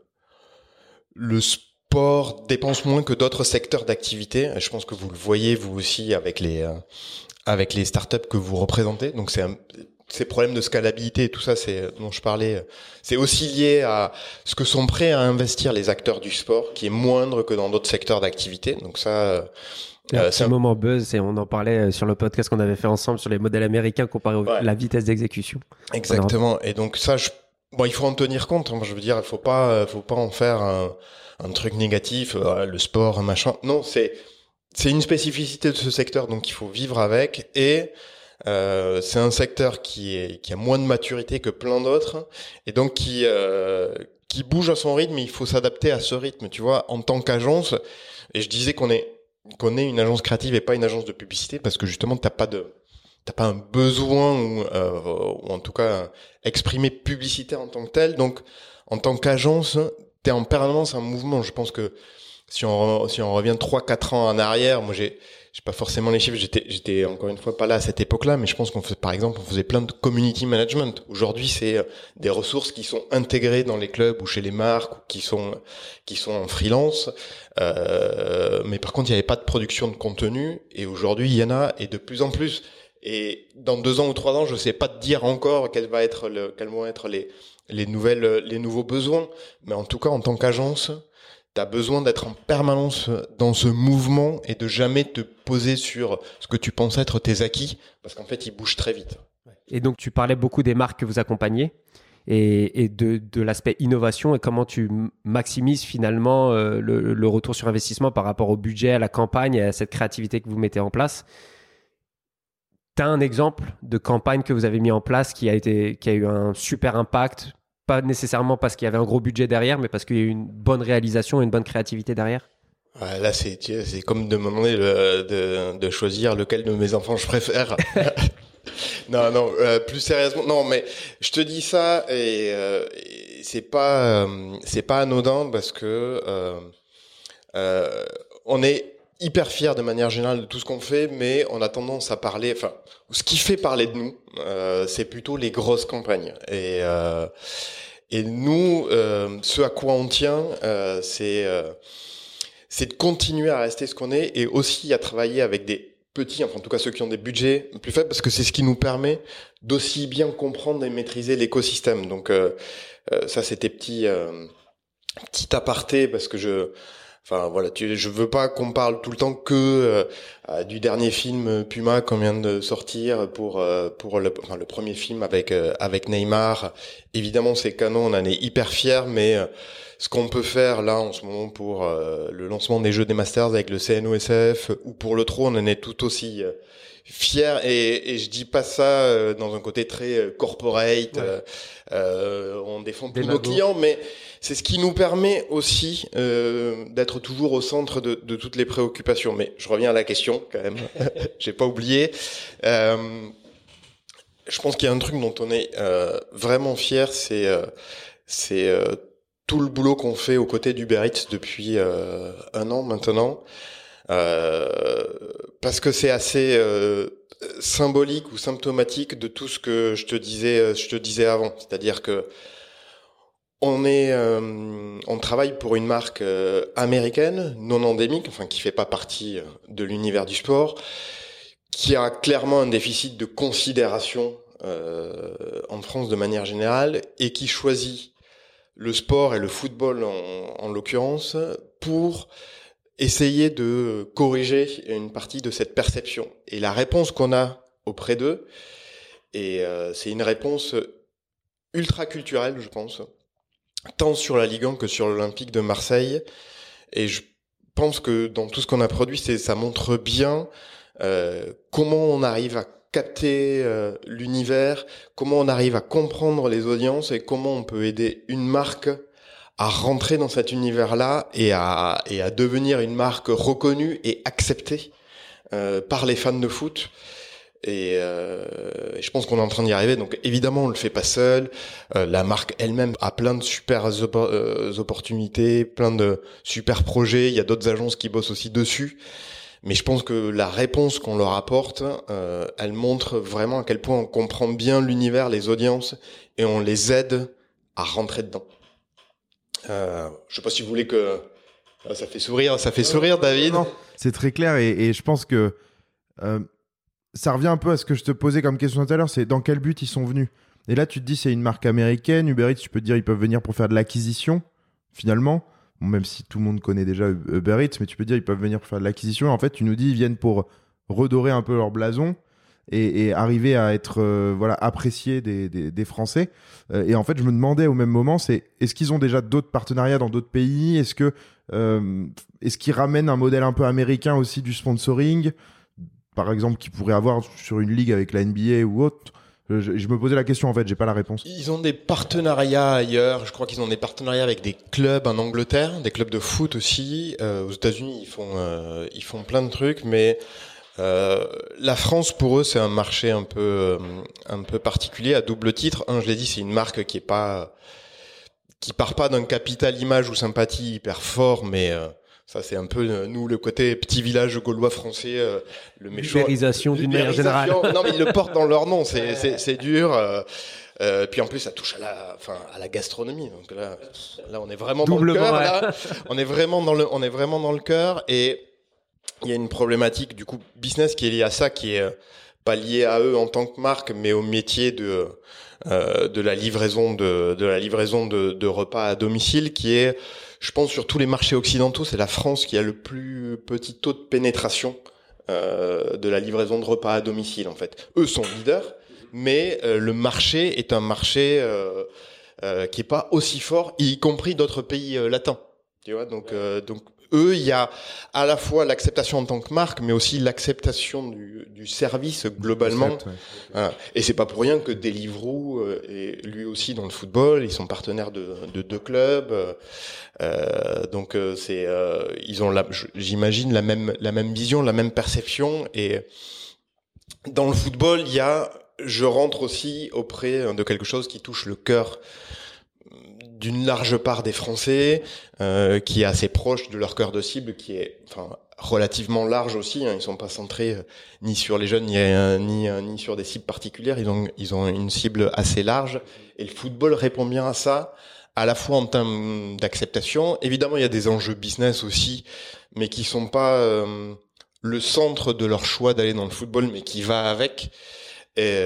le sport dépense moins que d'autres secteurs d'activité. Je pense que vous le voyez vous aussi avec les startups que vous représentez. Donc ces problèmes de scalabilité et tout ça, dont je parlais, c'est aussi lié à ce que sont prêts à investir les acteurs du sport, qui est moindre que dans d'autres secteurs d'activité. Donc ça, c'est un moment buzz et on en parlait sur le podcast qu'on avait fait ensemble sur les modèles américains comparé à la vitesse d'exécution. Exactement. Et donc ça, il faut en tenir compte. Je veux dire, il faut pas en faire un truc négatif, le sport, machin. Non, c'est une spécificité de ce secteur, donc il faut vivre avec. Et c'est un secteur qui a moins de maturité que plein d'autres, et donc qui bouge à son rythme. Il faut s'adapter à ce rythme, tu vois, en tant qu'agence. Et je disais qu'on est une agence créative et pas une agence de publicité, parce que justement, t'as pas un besoin ou en tout cas exprimé publicitaire en tant que tel. Donc, en tant qu'agence, t'es en permanence un mouvement. Je pense que si on revient 3-4 ans en arrière, moi j'ai pas forcément les chiffres, j'étais encore une fois pas là à cette époque-là, mais je pense qu'on faisait plein de community management. Aujourd'hui, c'est des ressources qui sont intégrées dans les clubs ou chez les marques ou qui sont en freelance. Mais par contre, il n'y avait pas de production de contenu, et aujourd'hui, il y en a, et de plus en plus. Et dans 2 ans ou 3 ans, je sais pas te dire encore quels vont être les nouveaux besoins. Mais en tout cas, en tant qu'agence, t'as besoin d'être en permanence dans ce mouvement et de jamais te poser sur ce que tu penses être tes acquis, parce qu'en fait, ils bougent très vite. Et donc, tu parlais beaucoup des marques que vous accompagnez et de l'aspect innovation et comment tu maximises finalement le retour sur investissement par rapport au budget, à la campagne et à cette créativité que vous mettez en place. Tu as un exemple de campagne que vous avez mis en place qui a eu un super impact pas nécessairement parce qu'il y avait un gros budget derrière, mais parce qu'il y a eu une bonne réalisation et une bonne créativité derrière? Là, c'est comme de me demander de choisir lequel de mes enfants je préfère. Non, plus sérieusement, non, mais je te dis ça et c'est pas anodin parce que on est hyper fiers de manière générale de tout ce qu'on fait, mais on a tendance à parler, enfin, ce qui fait parler de nous, c'est plutôt les grosses campagnes. Et nous, ce à quoi on tient, c'est de continuer à rester ce qu'on est et aussi à travailler avec des petits, enfin en tout cas ceux qui ont des budgets plus faibles, parce que c'est ce qui nous permet d'aussi bien comprendre et maîtriser l'écosystème. Donc ça c'était petit aparté parce que je veux pas qu'on parle tout le temps que du dernier film Puma qu'on vient de sortir pour le premier film avec Neymar. Évidemment c'est canon, on en est hyper fiers, mais ce qu'on peut faire là en ce moment pour le lancement des Jeux des Masters avec le CNOSF ou pour le Trot, on en est tout aussi fiers et je dis pas ça dans un côté très corporate. On défend tous nos clients, mais c'est ce qui nous permet aussi d'être toujours au centre de toutes les préoccupations. Mais je reviens à la question quand même. J'ai pas oublié. Je pense qu'il y a un truc dont on est vraiment fier, c'est tout le boulot qu'on fait aux côtés d'Uber Eats depuis 1 an maintenant, parce que c'est assez symbolique ou symptomatique de tout ce que je te disais avant. C'est-à-dire que on travaille pour une marque américaine, non endémique, enfin qui fait pas partie de l'univers du sport, qui a clairement un déficit de considération en France de manière générale et qui choisit le sport et le football en l'occurrence pour essayer de corriger une partie de cette perception. Et la réponse qu'on a auprès d'eux, et c'est une réponse ultra culturelle, je pense, tant sur la Ligue 1 que sur l'Olympique de Marseille. Et je pense que dans tout ce qu'on a produit, ça montre bien comment on arrive à capter l'univers, comment on arrive à comprendre les audiences et comment on peut aider une marque à rentrer dans cet univers-là et à devenir une marque reconnue et acceptée par les fans de foot. Et je pense qu'on est en train d'y arriver. Donc évidemment, on le fait pas seul. La marque elle-même a plein de super opportunités, plein de super projets. Il y a d'autres agences qui bossent aussi dessus. Mais je pense que la réponse qu'on leur apporte, elle montre vraiment à quel point on comprend bien l'univers, les audiences, et on les aide à rentrer dedans. Je sais pas si vous voulez que... Ça fait sourire, David. Non, c'est très clair et je pense que ça revient un peu à ce que je te posais comme question tout à l'heure, c'est dans quel but ils sont venus. Et là, tu te dis c'est une marque américaine, Uber Eats, tu peux te dire ils peuvent venir pour faire de l'acquisition, finalement. Bon, même si tout le monde connaît déjà Uber Eats, mais tu peux dire ils peuvent venir pour faire de l'acquisition. En fait, tu nous dis ils viennent pour redorer un peu leur blason et arriver à être appréciés des Français. Et en fait, je me demandais au même moment, est-ce qu'ils ont déjà d'autres partenariats dans d'autres pays? Est-ce qu'ils ramènent un modèle un peu américain aussi du sponsoring, par exemple, qu'ils pourraient avoir sur une ligue avec la NBA ou autre? Je me posais la question, en fait, j'ai pas la réponse. Ils ont des partenariats ailleurs. Je crois qu'ils ont des partenariats avec des clubs en Angleterre, des clubs de foot aussi. Aux États-Unis, ils font plein de trucs, mais la France, pour eux, c'est un marché un peu particulier à double titre. Je l'ai dit, c'est une marque qui part pas d'un capital image ou sympathie hyper fort, mais ça, c'est un peu, nous, le côté petit village gaulois français, le méchant. L'ubérisation d'une manière générale. Non, mais ils le portent dans leur nom, c'est dur. Puis en plus, ça touche à la gastronomie. Donc là, on est vraiment dans le cœur, là. On est vraiment dans le cœur. Et il y a une problématique, du coup, business qui est liée à ça, qui est pas liée à eux en tant que marque, mais au métier de la livraison de repas à domicile, qui est, je pense, sur tous les marchés occidentaux, c'est la France qui a le plus petit taux de pénétration de la livraison de repas à domicile, en fait. Eux sont leaders, mais le marché est un marché qui est pas aussi fort, y compris d'autres pays latins. Tu vois, donc eux, il y a à la fois l'acceptation en tant que marque, mais aussi l'acceptation du service globalement. Concept, ouais. Voilà. Et c'est pas pour rien que Deliveroo est lui aussi dans le football. Ils sont partenaires de deux clubs. Donc ils ont j'imagine la même vision, la même perception. Et dans le football, je rentre aussi auprès de quelque chose qui touche le cœur d'une large part des Français, qui est assez proche de leur cœur de cible, qui est relativement large aussi. Ils sont pas centrés ni sur les jeunes ni sur des cibles particulières. Ils ont une cible assez large. Et le football répond bien à ça, à la fois en termes d'acceptation. Évidemment, il y a des enjeux business aussi, mais qui sont pas le centre de leur choix d'aller dans le football, mais qui va avec. Et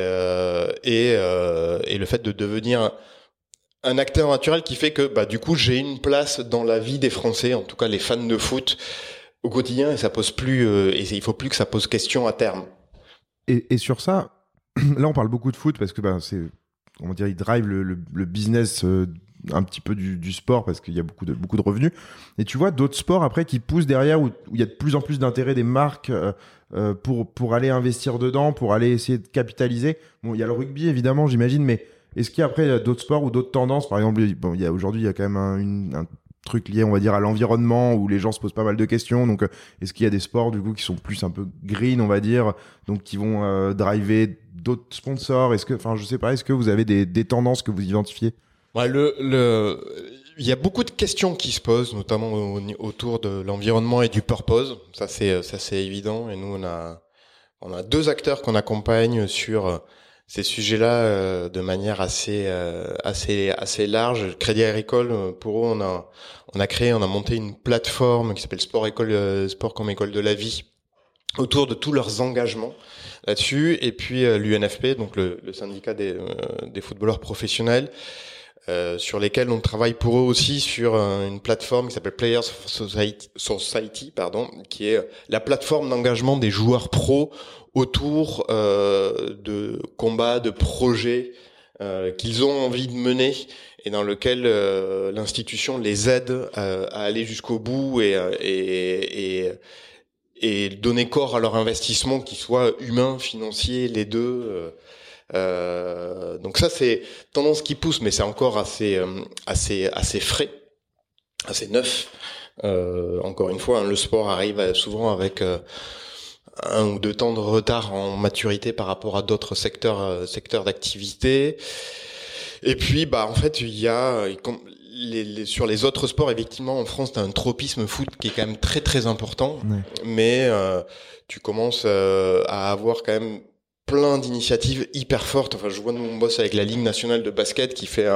le fait de devenir un acteur naturel qui fait que du coup j'ai une place dans la vie des Français, en tout cas les fans de foot au quotidien, et ça pose plus et il faut plus que ça pose question à terme. Et sur ça, là on parle beaucoup de foot parce que c'est, comment dire, il drive le business un petit peu du sport parce qu'il y a beaucoup de revenus. Et tu vois d'autres sports après qui poussent derrière où il y a de plus en plus d'intérêt des marques pour aller investir dedans, pour aller essayer de capitaliser. Bon, il y a le rugby évidemment, j'imagine, mais est-ce qu'il y a après d'autres sports ou d'autres tendances? Par exemple, aujourd'hui, il y a quand même un truc lié, on va dire, à l'environnement où les gens se posent pas mal de questions. Donc, est-ce qu'il y a des sports, du coup, qui sont plus un peu green, on va dire, donc qui vont driver d'autres sponsors? Je sais pas, est-ce que vous avez des tendances que vous identifiez? Ouais, il y a beaucoup de questions qui se posent, notamment autour de l'environnement et du purpose. Ça, c'est évident. Et nous, on a deux acteurs qu'on accompagne sur ces sujets-là de manière assez large. Crédit Agricole, pour eux, on a monté une plateforme qui s'appelle Sport comme école de la vie, autour de tous leurs engagements là-dessus. Et puis l'UNFP, donc le syndicat des footballeurs professionnels, sur lesquels on travaille pour eux aussi sur une plateforme qui s'appelle Players Society, qui est la plateforme d'engagement des joueurs pros autour de combats, de projets qu'ils ont envie de mener et dans lequel l'institution les aide à aller jusqu'au bout et donner corps à leur investissement, qui soit humain, financier, les deux. Donc ça, c'est tendance qui pousse, mais c'est encore assez frais, assez neuf. Encore une fois, le sport arrive souvent avec 1 ou 2 temps de retard en maturité par rapport à d'autres secteurs d'activité. Et puis, en fait, il y a sur les autres sports, effectivement, en France, t'as un tropisme foot qui est quand même très très important, ouais. Mais tu commences à avoir quand même plein d'initiatives hyper fortes. Enfin, je vois, nous on bosse avec la Ligue nationale de basket qui fait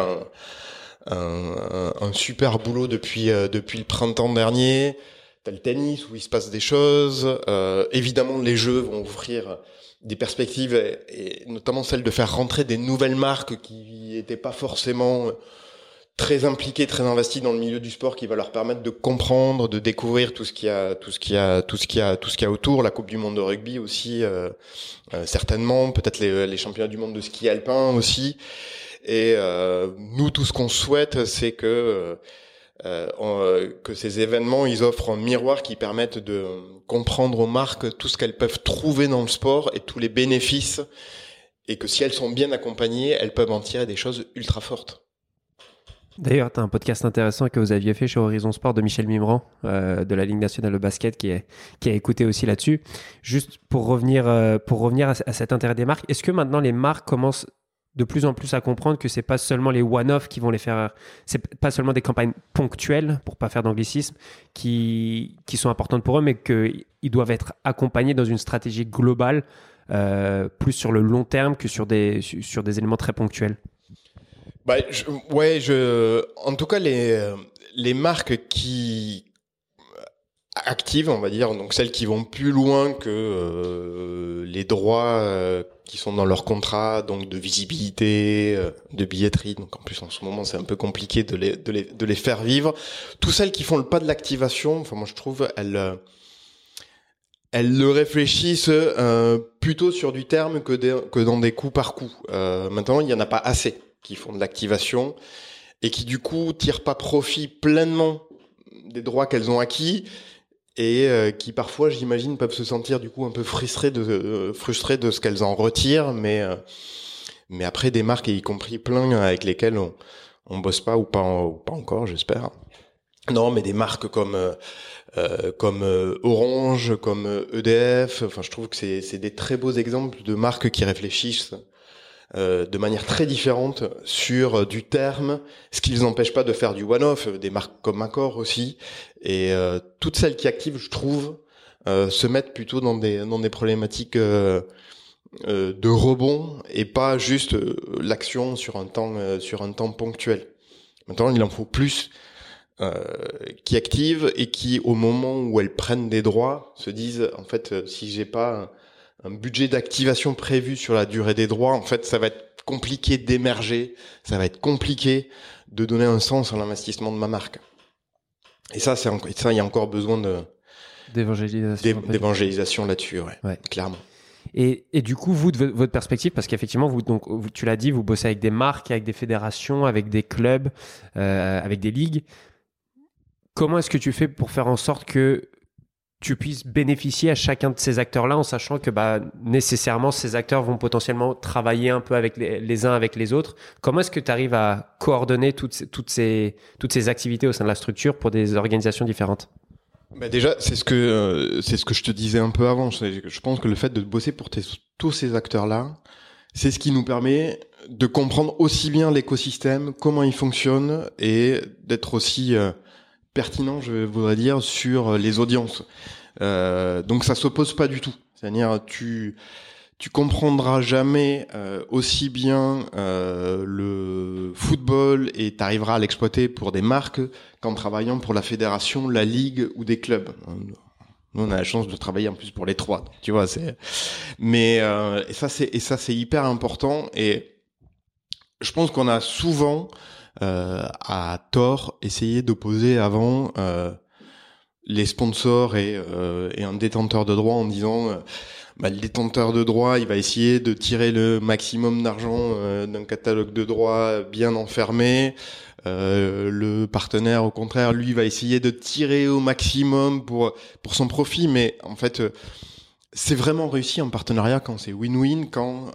un super boulot depuis le printemps dernier. T'as le tennis où il se passe des choses. Évidemment, les jeux vont offrir des perspectives et notamment celle de faire rentrer des nouvelles marques qui étaient pas forcément très impliquées, très investies dans le milieu du sport, qui va leur permettre de comprendre, de découvrir tout ce qu'il y a autour. La Coupe du monde de rugby aussi, certainement. Peut-être les championnats du monde de ski alpin aussi. Et nous, tout ce qu'on souhaite, c'est que ces événements, ils offrent un miroir qui permette de comprendre aux marques tout ce qu'elles peuvent trouver dans le sport et tous les bénéfices, et que si elles sont bien accompagnées, elles peuvent en tirer des choses ultra fortes. D'ailleurs, tu as un podcast intéressant que vous aviez fait chez Horizon Sport de Michel Mimran, de la Ligue nationale de basket, qui a écouté aussi là-dessus. Juste pour revenir à cet intérêt des marques, est-ce que maintenant les marques commencent de plus en plus à comprendre que c'est pas seulement les one-off qui vont les faire, c'est pas seulement des campagnes ponctuelles, pour pas faire d'anglicisme, qui sont importantes pour eux, mais qu'ils doivent être accompagnés dans une stratégie globale, plus sur le long terme que sur des éléments très ponctuels? En tout cas, les marques qui actives, on va dire, donc celles qui vont plus loin que les droits qui sont dans leur contrat, donc de visibilité, de billetterie. Donc en plus en ce moment c'est un peu compliqué de les faire vivre. Toutes celles qui font le pas de l'activation, enfin moi je trouve elles le réfléchissent plutôt sur du terme que dans des coups par coup. Maintenant il y en a pas assez qui font de l'activation et qui du coup tirent pas profit pleinement droits qu'elles ont acquis et qui parfois, j'imagine, peuvent se sentir du coup un peu frustrées de ce qu'elles en retirent, mais après des marques, et y compris plein avec lesquelles on bosse pas ou pas encore, j'espère. Non, mais des marques comme Orange, comme EDF. Enfin, je trouve que c'est des très beaux exemples de marques qui réfléchissent de manière très différente sur du terme, ce qui les empêche pas de faire du one-off. Des marques comme Accor aussi, et toutes celles qui activent, je trouve, se mettent plutôt dans des problématiques de rebond et pas juste l'action sur un temps ponctuel. Maintenant, il en faut plus qui activent et qui, au moment où elles prennent des droits, se disent en fait, si j'ai pas un budget d'activation prévu sur la durée des droits, en fait, ça va être compliqué d'émerger, ça va être compliqué de donner un sens à l'investissement de ma marque. Et ça, il y a encore besoin d'évangélisation là-dessus, ouais. Clairement. Et du coup, vous, de votre perspective, parce qu'effectivement, tu l'as dit, vous bossez avec des marques, avec des fédérations, avec des clubs, avec des ligues. Comment est-ce que tu fais pour faire en sorte que tu puisses bénéficier à chacun de ces acteurs-là, en sachant que nécessairement, ces acteurs vont potentiellement travailler un peu avec les uns avec les autres? Comment est-ce que tu arrives à coordonner toutes ces activités au sein de la structure pour des organisations différentes? Déjà, c'est ce que je te disais un peu avant. Je pense que le fait de bosser pour tous ces acteurs-là, c'est ce qui nous permet de comprendre aussi bien l'écosystème, comment il fonctionne, et d'être aussi pertinent, je voudrais dire, sur les audiences. Donc ça s'oppose pas du tout. C'est-à-dire, tu comprendras jamais aussi bien le football et t'arriveras à l'exploiter pour des marques qu'en travaillant pour la fédération, la ligue ou des clubs. Nous, on a la chance de travailler en plus pour les trois. Donc, tu vois, et ça c'est hyper important. Et je pense qu'on a souvent à tort essayé d'opposer avant les sponsors et un détenteur de droit en disant le détenteur de droit, il va essayer de tirer le maximum d'argent d'un catalogue de droits bien enfermé. Le partenaire, au contraire, lui, va essayer de tirer au maximum pour son profit. Mais en fait, c'est vraiment réussi en partenariat quand c'est win-win, quand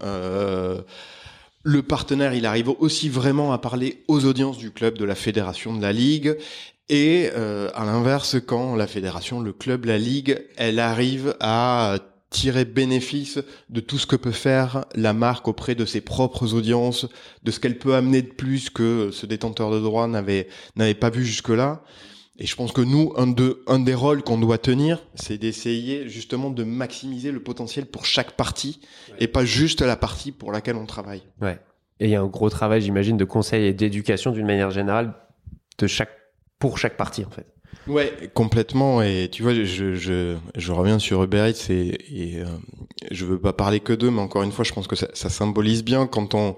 le partenaire, il arrive aussi vraiment à parler aux audiences du club, de la fédération, de la ligue. Et à l'inverse, quand la fédération, le club, la ligue, elle arrive à tirer bénéfice de tout ce que peut faire la marque auprès de ses propres audiences, de ce qu'elle peut amener de plus que ce détenteur de droit n'avait pas vu jusque-là. Et je pense que nous, un des rôles qu'on doit tenir, c'est d'essayer justement de maximiser le potentiel pour chaque partie, et pas juste la partie pour laquelle on travaille. Ouais. Et il y a un gros travail, j'imagine, de conseil et d'éducation d'une manière générale pour chaque partie, en fait. Ouais, complètement. Et tu vois, je reviens sur Uber Eats et je veux pas parler que d'eux, mais encore une fois, je pense que ça symbolise bien quand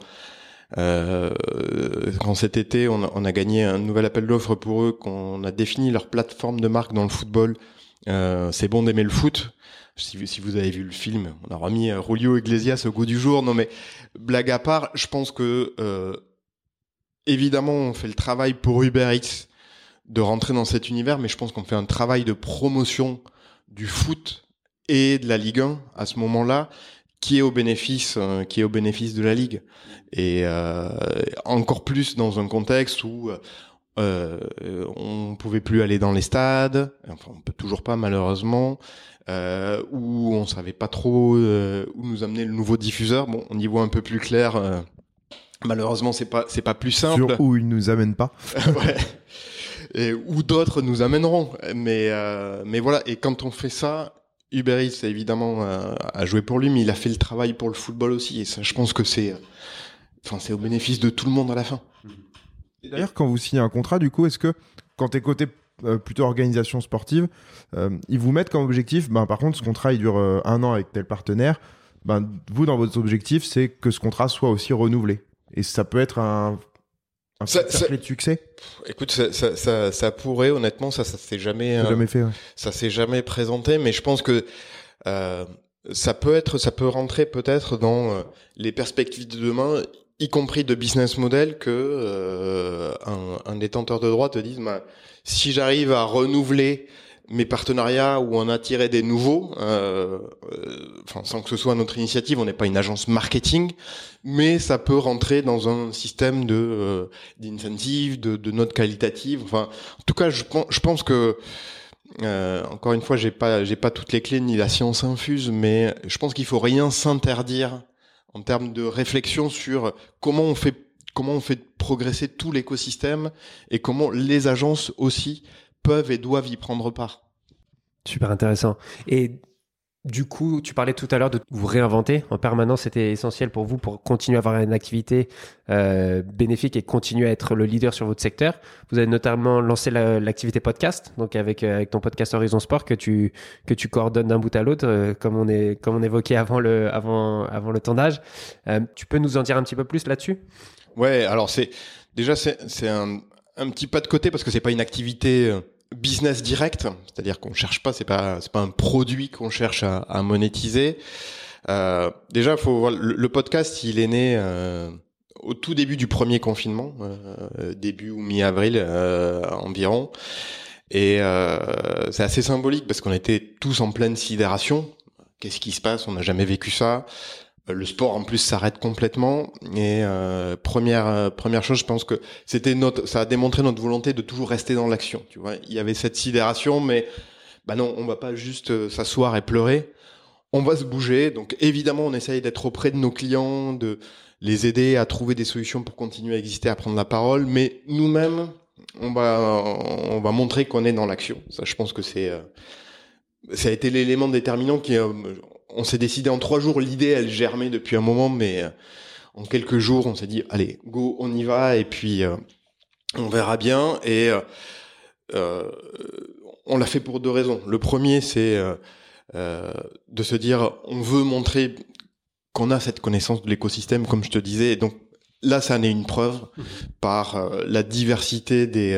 cet été on a gagné un nouvel appel d'offres pour eux, qu'on a défini leur plateforme de marque dans le football. C'est bon d'aimer le foot. Si vous avez vu le film, on a remis Julio Iglesias au goût du jour. Non mais blague à part, je pense que évidemment on fait le travail pour Uber Eats de rentrer dans cet univers, mais je pense qu'on fait un travail de promotion du foot et de la Ligue 1 à ce moment-là, qui est au bénéfice de la Ligue. Et encore plus dans un contexte où on pouvait plus aller dans les stades, enfin on peut toujours pas malheureusement, où on savait pas trop où nous amener le nouveau diffuseur. Bon, on y voit un peu plus clair. Malheureusement, c'est pas plus simple. Sur où il nous amène pas. Ouais. Et où d'autres nous amèneront. Mais voilà. Et quand on fait ça, Uber Eats, évidemment, a joué pour lui, mais il a fait le travail pour le football aussi. Et ça, je pense que c'est au bénéfice de tout le monde à la fin. Et d'ailleurs, quand vous signez un contrat, du coup, est-ce que, quand t'es côté plutôt organisation sportive, ils vous mettent comme objectif, par contre, ce contrat, il dure 1 an avec tel partenaire, vous, dans votre objectif, c'est que ce contrat soit aussi renouvelé. Et ça peut être un cercle de succès. Écoute, ça pourrait, honnêtement, ça s'est jamais fait. Ouais. Ça s'est jamais présenté, mais je pense que ça peut rentrer peut-être dans les perspectives de demain, y compris de business model, que un détenteur de droit te dise, si j'arrive à renouveler mes partenariats ou en attirer des nouveaux, sans que ce soit notre initiative, on n'est pas une agence marketing, mais ça peut rentrer dans un système d'incentive, de notes qualitatives. Enfin, en tout cas, je pense que encore une fois, j'ai pas toutes les clés ni la science infuse, mais je pense qu'il faut rien s'interdire en termes de réflexion sur comment on fait progresser tout l'écosystème et comment les agences aussi peuvent et doivent y prendre part. Super intéressant. Et du coup, tu parlais tout à l'heure de vous réinventer en permanence. C'était essentiel pour vous pour continuer à avoir une activité bénéfique et continuer à être le leader sur votre secteur. Vous avez notamment lancé l'activité podcast, donc avec ton podcast Horizon Sport que tu coordonnes d'un bout à l'autre, comme on évoquait avant le tournage. Tu peux nous en dire un petit peu plus là-dessus? Ouais, alors c'est un petit pas de côté parce que c'est pas une activité business direct, c'est-à-dire qu'on cherche pas, c'est pas un produit qu'on cherche à monétiser. Déjà, faut voir, le podcast, il est né au tout début du premier confinement, début ou mi-avril environ, et c'est assez symbolique parce qu'on était tous en pleine sidération. Qu'est-ce qui se passe? On n'a jamais vécu ça. Le sport en plus s'arrête complètement et première chose, je pense que ça a démontré notre volonté de toujours rester dans l'action. Tu vois, il y avait cette sidération, mais non, on va pas juste s'asseoir et pleurer. On va se bouger. Donc évidemment, on essaye d'être auprès de nos clients, de les aider à trouver des solutions pour continuer à exister, à prendre la parole. Mais nous-mêmes, on va montrer qu'on est dans l'action. Ça, je pense que ça a été l'élément déterminant qui on s'est décidé en 3 jours. L'idée, elle germait depuis un moment, mais en quelques jours, on s'est dit, allez, go, on y va, et puis on verra bien. Et on l'a fait pour 2 raisons. Le premier, c'est de se dire, on veut montrer qu'on a cette connaissance de l'écosystème, comme je te disais. Et donc là, ça en est une preuve par la diversité des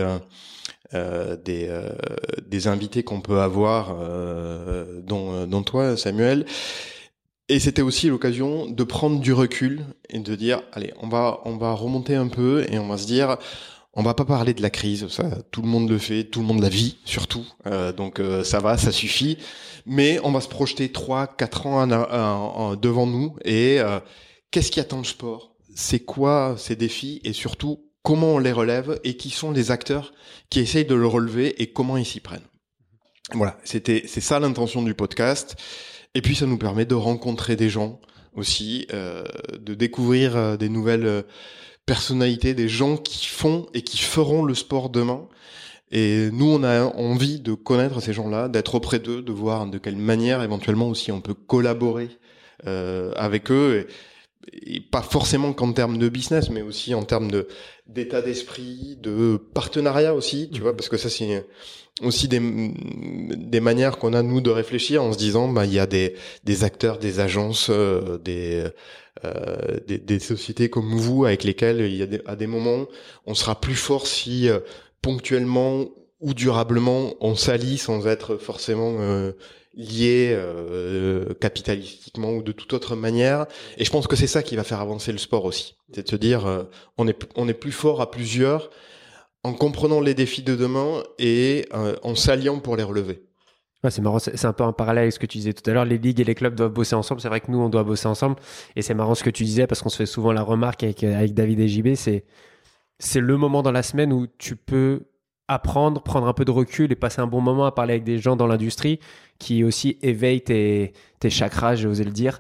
invités qu'on peut avoir, dont toi, Samuel. Et c'était aussi l'occasion de prendre du recul et de dire, allez, on va remonter un peu et on va se dire, on va pas parler de la crise, ça, tout le monde le fait, tout le monde la vit, surtout. Donc ça va, ça suffit. Mais on va se projeter 3-4 ans devant nous et qu'est-ce qui attend le sport? C'est quoi ces défis? Et surtout, comment on les relève et qui sont les acteurs qui essayent de le relever et comment ils s'y prennent. Voilà, c'est ça l'intention du podcast. Et puis ça nous permet de rencontrer des gens aussi, de découvrir des nouvelles personnalités, des gens qui font et qui feront le sport demain. Et nous, on a envie de connaître ces gens-là, d'être auprès d'eux, de voir de quelle manière éventuellement aussi on peut collaborer avec eux. Et pas forcément qu'en termes de business, mais aussi en termes d'état d'esprit, de partenariat aussi, tu vois, parce que ça c'est aussi des manières qu'on a nous de réfléchir en se disant il y a des acteurs, des agences, des sociétés comme vous avec lesquelles à des moments on sera plus fort si ponctuellement ou durablement on s'allie sans être forcément lié capitalistiquement ou de toute autre manière. Et je pense que c'est ça qui va faire avancer le sport aussi. C'est de se dire, on est plus fort à plusieurs en comprenant les défis de demain et en s'alliant pour les relever. Ouais, c'est marrant, c'est un peu en parallèle avec ce que tu disais tout à l'heure. Les ligues et les clubs doivent bosser ensemble. C'est vrai que nous, on doit bosser ensemble. Et c'est marrant ce que tu disais parce qu'on se fait souvent la remarque avec David et JB. C'est le moment dans la semaine où tu peux apprendre, prendre un peu de recul et passer un bon moment à parler avec des gens dans l'industrie qui aussi éveillent tes chakras, j'ai osé le dire,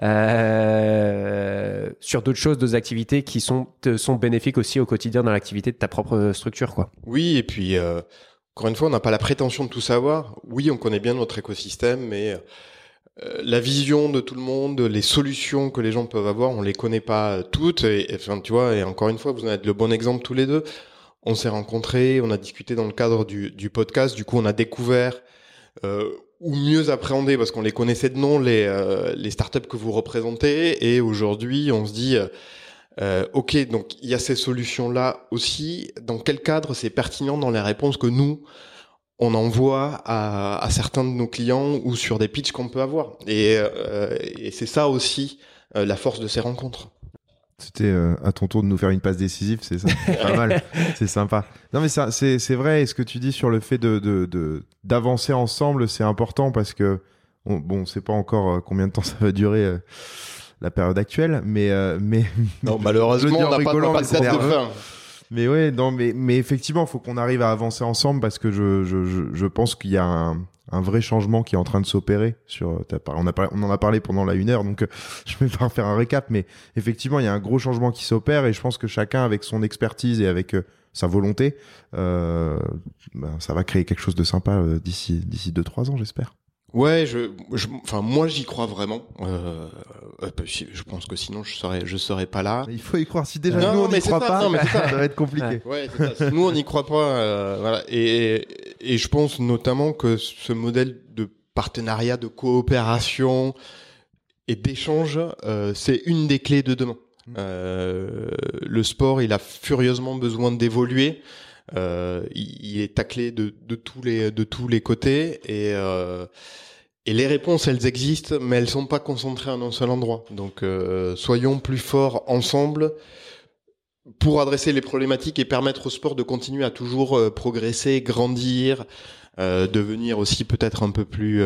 sur d'autres choses, d'autres activités qui sont bénéfiques aussi au quotidien dans l'activité de ta propre structure, quoi. Oui, et puis encore une fois, on n'a pas la prétention de tout savoir. Oui, on connaît bien notre écosystème, mais la vision de tout le monde, les solutions que les gens peuvent avoir, on les connaît pas toutes. Et enfin, tu vois, et encore une fois, vous en êtes le bon exemple tous les deux. On s'est rencontrés, on a discuté dans le cadre du podcast. Du coup, on a découvert ou mieux appréhender, parce qu'on les connaissait de nom, les startups que vous représentez. Et aujourd'hui, on se dit, ok, donc il y a ces solutions-là aussi. Dans quel cadre c'est pertinent dans les réponses que nous, on envoie à certains de nos clients ou sur des pitchs qu'on peut avoir. Et c'est ça aussi la force de ces rencontres. C'était à ton tour de nous faire une passe décisive, c'est ça. Pas mal, c'est sympa. Non mais c'est vrai, et ce que tu dis sur le fait d'avancer ensemble, c'est important parce que on sait pas encore combien de temps ça va durer la période actuelle, mais non, malheureusement on n'a pas de date de fin. Mais ouais, non, mais effectivement, faut qu'on arrive à avancer ensemble parce que je pense qu'il y a un vrai changement qui est en train de s'opérer sur. On en a parlé pendant la 1 heure, donc je vais pas refaire un récap, mais effectivement, il y a un gros changement qui s'opère et je pense que chacun avec son expertise et avec sa volonté, ça va créer quelque chose de sympa d'ici 2-3 ans, j'espère. Ouais, enfin, moi, j'y crois vraiment. Je pense que sinon, je serais pas là. Il faut y croire. Si déjà nous, on n'y croit pas, ça va être compliqué. Ouais, c'est ça. Si nous, on n'y croit pas, voilà. Et je pense notamment que ce modèle de partenariat, de coopération et d'échange, c'est une des clés de demain. Le sport, il a furieusement besoin d'évoluer. Il est taclé de tous les côtés et les réponses elles existent mais elles sont pas concentrées en un seul endroit, donc soyons plus forts ensemble pour adresser les problématiques et permettre au sport de continuer à toujours progresser, grandir, devenir aussi peut-être un peu plus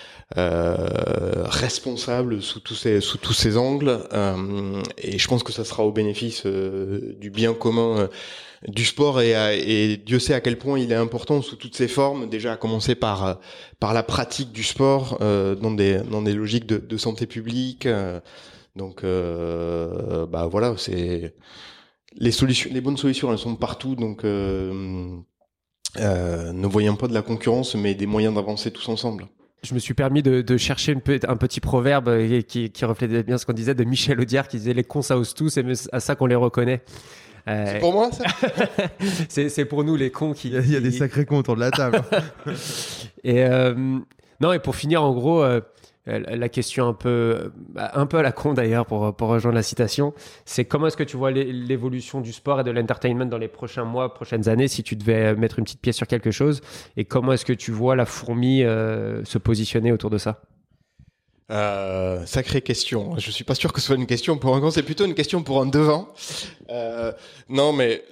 responsable sous tous ces angles, et je pense que ça sera au bénéfice du bien commun du sport, et Dieu sait à quel point il est important sous toutes ses formes, déjà à commencer par la pratique du sport dans des logiques de santé publique, donc voilà, c'est les bonnes solutions, elles sont partout, donc ne voyons pas de la concurrence mais des moyens d'avancer tous ensemble. Je me suis permis de chercher un petit proverbe qui reflétait bien ce qu'on disait de Michel Audiard, qui disait « Les cons, ça ose tous, c'est à ça qu'on les reconnaît ». C'est pour moi, ça. C'est pour nous, les cons qui... Il y a des sacrés cons autour de la table. Et non, et pour finir, en gros, la question un peu à la con d'ailleurs, pour rejoindre la citation, c'est comment est-ce que tu vois l'évolution du sport et de l'entertainment dans les prochains mois, prochaines années, si tu devais mettre une petite pièce sur quelque chose, et comment est-ce que tu vois la fourmi se positionner autour de ça? Sacrée question. Je suis pas sûr que ce soit une question pour un con, c'est plutôt une question pour un devin. Non, mais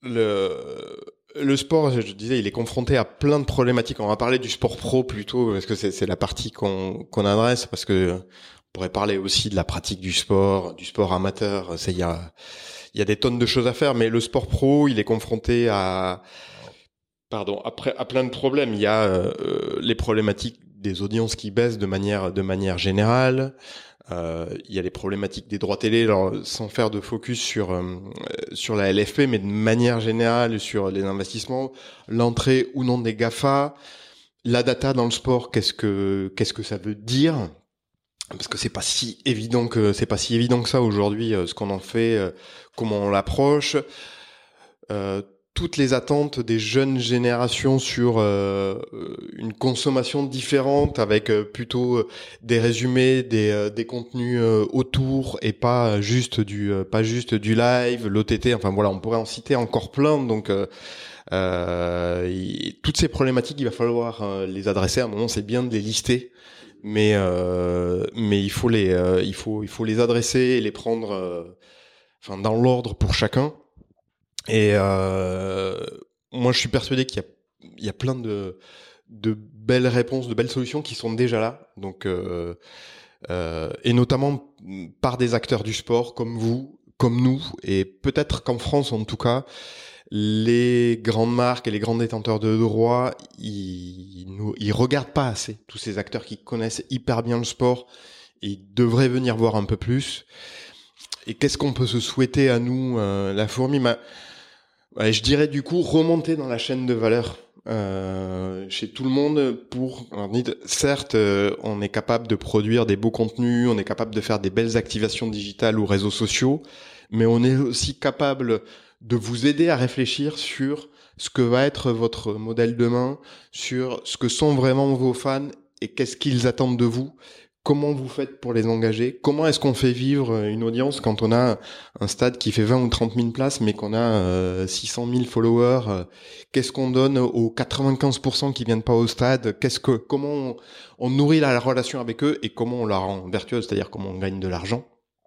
le sport, je disais, il est confronté à plein de problématiques. On va parler du sport pro plutôt, parce que c'est la partie qu'on adresse, parce que on pourrait parler aussi de la pratique du sport amateur. Il y a des tonnes de choses à faire, mais le sport pro, il est confronté à plein de problèmes. Il y a les problématiques des audiences qui baissent de manière générale. Il y a les problématiques des droits télé, alors, sans faire de focus sur la LFP, mais de manière générale sur les investissements, l'entrée ou non des GAFA, la data dans le sport, qu'est-ce que ça veut dire? Parce que c'est pas si évident que ça aujourd'hui, ce qu'on en fait, comment on l'approche. Toutes les attentes des jeunes générations sur une consommation différente, avec plutôt des résumés, des contenus autour, et pas juste du live, l'OTT, enfin voilà, on pourrait en citer encore plein. Donc toutes ces problématiques, il va falloir les adresser. À un moment, c'est bien de les lister, mais il faut les adresser et les prendre dans l'ordre pour chacun. Et moi, je suis persuadé qu'il y a plein de belles réponses, de belles solutions qui sont déjà là. Donc, et notamment par des acteurs du sport comme vous, comme nous, et peut-être qu'en France, en tout cas, les grandes marques et les grands détenteurs de droits, ils regardent pas assez tous ces acteurs qui connaissent hyper bien le sport. Et ils devraient venir voir un peu plus. Et qu'est-ce qu'on peut se souhaiter à nous, la fourmi? Je dirais du coup remonter dans la chaîne de valeur chez tout le monde certes, on est capable de produire des beaux contenus, on est capable de faire des belles activations digitales ou réseaux sociaux, mais on est aussi capable de vous aider à réfléchir sur ce que va être votre modèle demain, sur ce que sont vraiment vos fans et qu'est-ce qu'ils attendent de vous. Comment vous faites pour les engager? Comment est-ce qu'on fait vivre une audience quand on a un stade qui fait 20 ou 30 000 places, mais qu'on a 600 000 followers? Qu'est-ce qu'on donne aux 95% qui viennent pas au stade? Comment on nourrit la relation avec eux et comment on la rend vertueuse, c'est-à-dire comment on gagne de l'argent?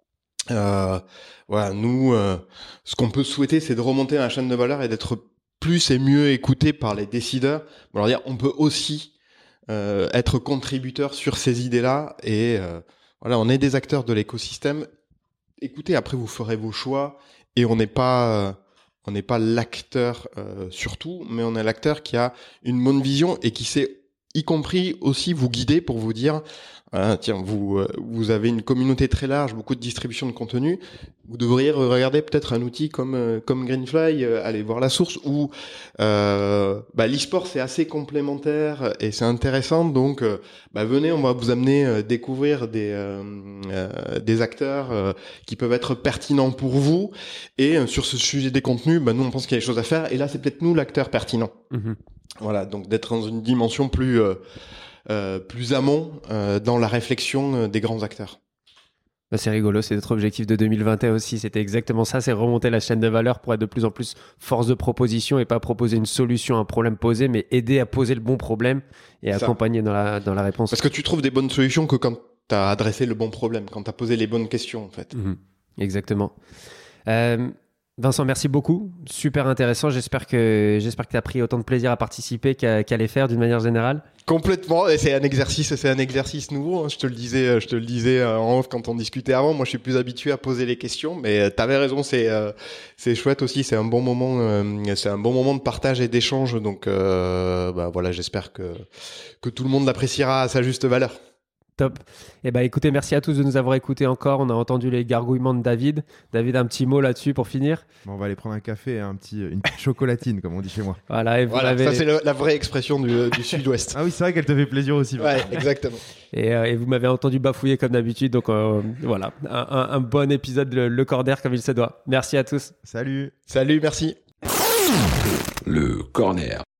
Voilà, nous, ce qu'on peut souhaiter, c'est de remonter dans la chaîne de valeur et d'être plus et mieux écouté par les décideurs. Bon, alors dire, on peut aussi être contributeur sur ces idées-là et voilà, on est des acteurs de l'écosystème. Écoutez, après vous ferez vos choix et on n'est pas l'acteur surtout, mais on est l'acteur qui a une bonne vision et qui sait y compris aussi vous guider pour vous dire tiens, vous avez une communauté très large, beaucoup de distribution de contenu, vous devriez regarder peut-être un outil comme Greenfly, aller voir la source, où l'e-sport c'est assez complémentaire et c'est intéressant, donc venez, on va vous amener découvrir des acteurs qui peuvent être pertinents pour vous, et sur ce sujet des contenus, nous on pense qu'il y a des choses à faire, et là c'est peut-être nous l'acteur pertinent. Voilà, donc d'être dans une dimension plus amont dans la réflexion des grands acteurs. C'est rigolo, c'est notre objectif de 2021 aussi, c'était exactement ça, c'est remonter la chaîne de valeur pour être de plus en plus force de proposition et pas proposer une solution à un problème posé, mais aider à poser le bon problème et accompagner dans la réponse. Parce que tu trouves des bonnes solutions que quand tu as adressé le bon problème, quand tu as posé les bonnes questions en fait. Exactement. Vincent, merci beaucoup. Super intéressant. J'espère que tu as pris autant de plaisir à participer qu'à les faire d'une manière générale. Complètement. Et c'est un exercice nouveau. Hein. Je te le disais en off quand on discutait avant. Moi, je suis plus habitué à poser les questions, mais t'avais raison. C'est chouette aussi. C'est un bon moment. C'est un bon moment de partage et d'échange. Donc, voilà. J'espère que tout le monde l'appréciera à sa juste valeur. Top. Écoutez, merci à tous de nous avoir écoutés encore. On a entendu les gargouillements de David. David, un petit mot là-dessus pour finir. On va aller prendre un café et une petite chocolatine, comme on dit chez moi. Voilà, ça c'est la vraie expression du Sud-Ouest. Ah oui, c'est vrai qu'elle te fait plaisir aussi. Ouais, exactement. Et vous m'avez entendu bafouiller comme d'habitude. Donc voilà, un bon épisode, le corner comme il se doit. Merci à tous. Salut, merci. Le corner.